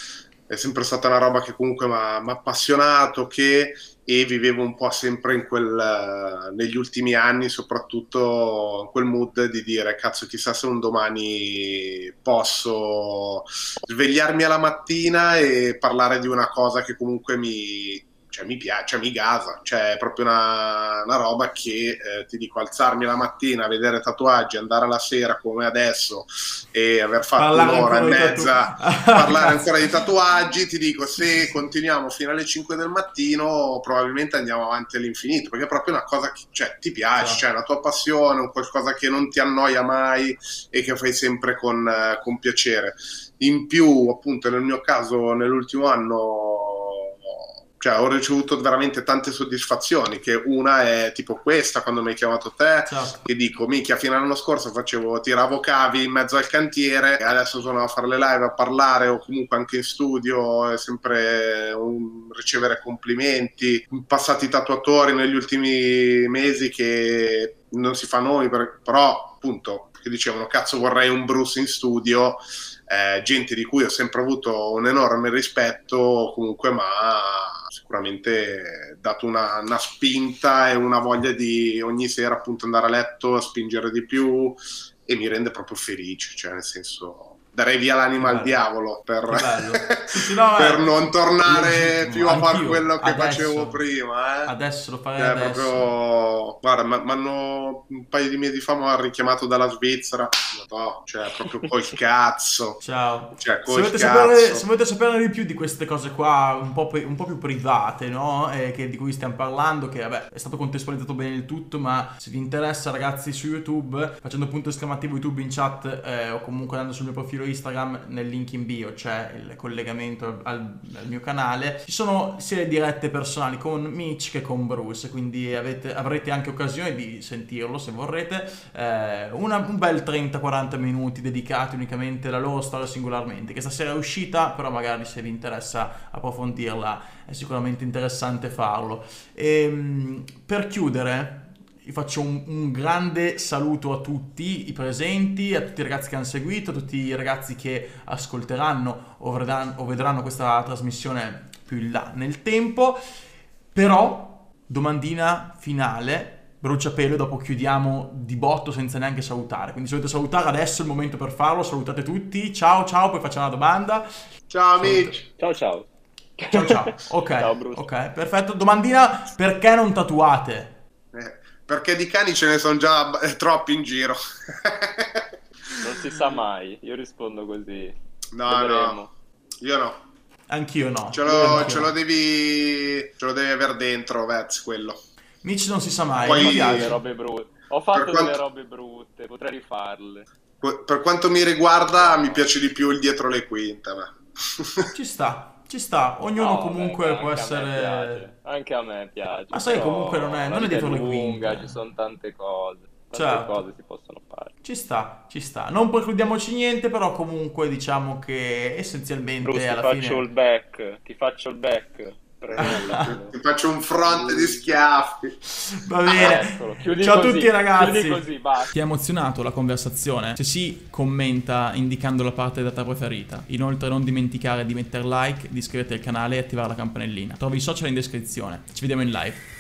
è sempre stata una roba che comunque mi ha appassionato, e vivevo un po' sempre negli ultimi anni, soprattutto in quel mood di dire, cazzo, chissà se un domani posso svegliarmi alla mattina e parlare di una cosa che comunque mi piace, cioè mi gasa, cioè è proprio una roba che ti dico, alzarmi la mattina, vedere tatuaggi, andare alla sera come adesso e aver fatto un'ora e mezza parlare ancora di tatuaggi, ti dico, se continuiamo fino alle 5 del mattino probabilmente andiamo avanti all'infinito, perché è proprio una cosa che, cioè, ti piace, cioè è una tua passione, un qualcosa che non ti annoia mai e che fai sempre con piacere. In più, appunto, nel mio caso, nell'ultimo anno, cioè, ho ricevuto veramente tante soddisfazioni, che una è tipo questa, quando mi hai chiamato te, che dico, minchia, fino all'anno scorso tiravo cavi in mezzo al cantiere, e adesso sono a fare le live, a parlare, o comunque anche in studio, è sempre ricevere complimenti, passati tatuatori negli ultimi mesi che non si fa noi, però appunto, che dicevano, cazzo, vorrei un Bruce in studio, gente di cui ho sempre avuto un enorme rispetto, comunque, ma sicuramente dato una spinta e una voglia di ogni sera appunto andare a letto a spingere di più, e mi rende proprio felice, cioè nel senso, darei via l'anima al diavolo per non tornare più a fare quello che facevo prima. Adesso lo farei adesso. Proprio, guarda, mi hanno un paio di mesi fa mi hanno richiamato dalla Svizzera, no, cioè proprio col cazzo. Ciao. Cioè, se volete sapere di più di queste cose qua, un po' più private, no? Di cui stiamo parlando, che vabbè, è stato contestualizzato bene il tutto, ma se vi interessa, ragazzi, su YouTube, facendo punto esclamativo YouTube in chat, o comunque andando sul mio profilo Instagram, nel link in bio c'è il collegamento al mio canale, ci sono sia le dirette personali con Mitch che con Bruce, quindi avrete anche occasione di sentirlo se vorrete, un bel 30-40 minuti dedicati unicamente alla loro storia singolarmente, che stasera è uscita, però magari se vi interessa approfondirla è sicuramente interessante farlo. Per chiudere vi faccio un grande saluto a tutti i presenti, a tutti i ragazzi che hanno seguito, a tutti i ragazzi che ascolteranno o vedranno questa trasmissione più in là nel tempo. Però, domandina finale, bruciapelo, dopo chiudiamo di botto senza neanche salutare. Quindi se volete salutare, adesso è il momento per farlo, salutate tutti, ciao, poi facciamo una domanda. Ciao Mitch. Ciao. Ok, ciao Bruce. Ok, perfetto. Domandina, perché non tatuate? Perché di cani ce ne sono già troppi in giro. Non si sa mai, io rispondo così. No, io no. Anch'io no. Ce lo devi aver dentro, Vez, quello. Mitch non si sa mai. Poi, delle robe brutte. Ho fatto delle robe brutte, potrei rifarle. Per quanto mi riguarda, mi piace di più il dietro le quinte. Ci sta, ognuno comunque può essere... Anche a me piace. Ma sai, comunque non è dietro le quinte. Ci sono tante cose. Tante cose si possono fare. Ci sta. Non precludiaamoci niente, però comunque diciamo che essenzialmente Bruce, alla fine... ti faccio il back. Ti faccio un fronte di schiaffi. Va bene. Ciao a tutti ragazzi. Così, ti ha emozionato la conversazione? Se sì, commenta indicando la parte data preferita. Inoltre non dimenticare di mettere like, di iscriverti al canale e attivare la campanellina. Trovi i social in descrizione. Ci vediamo in live.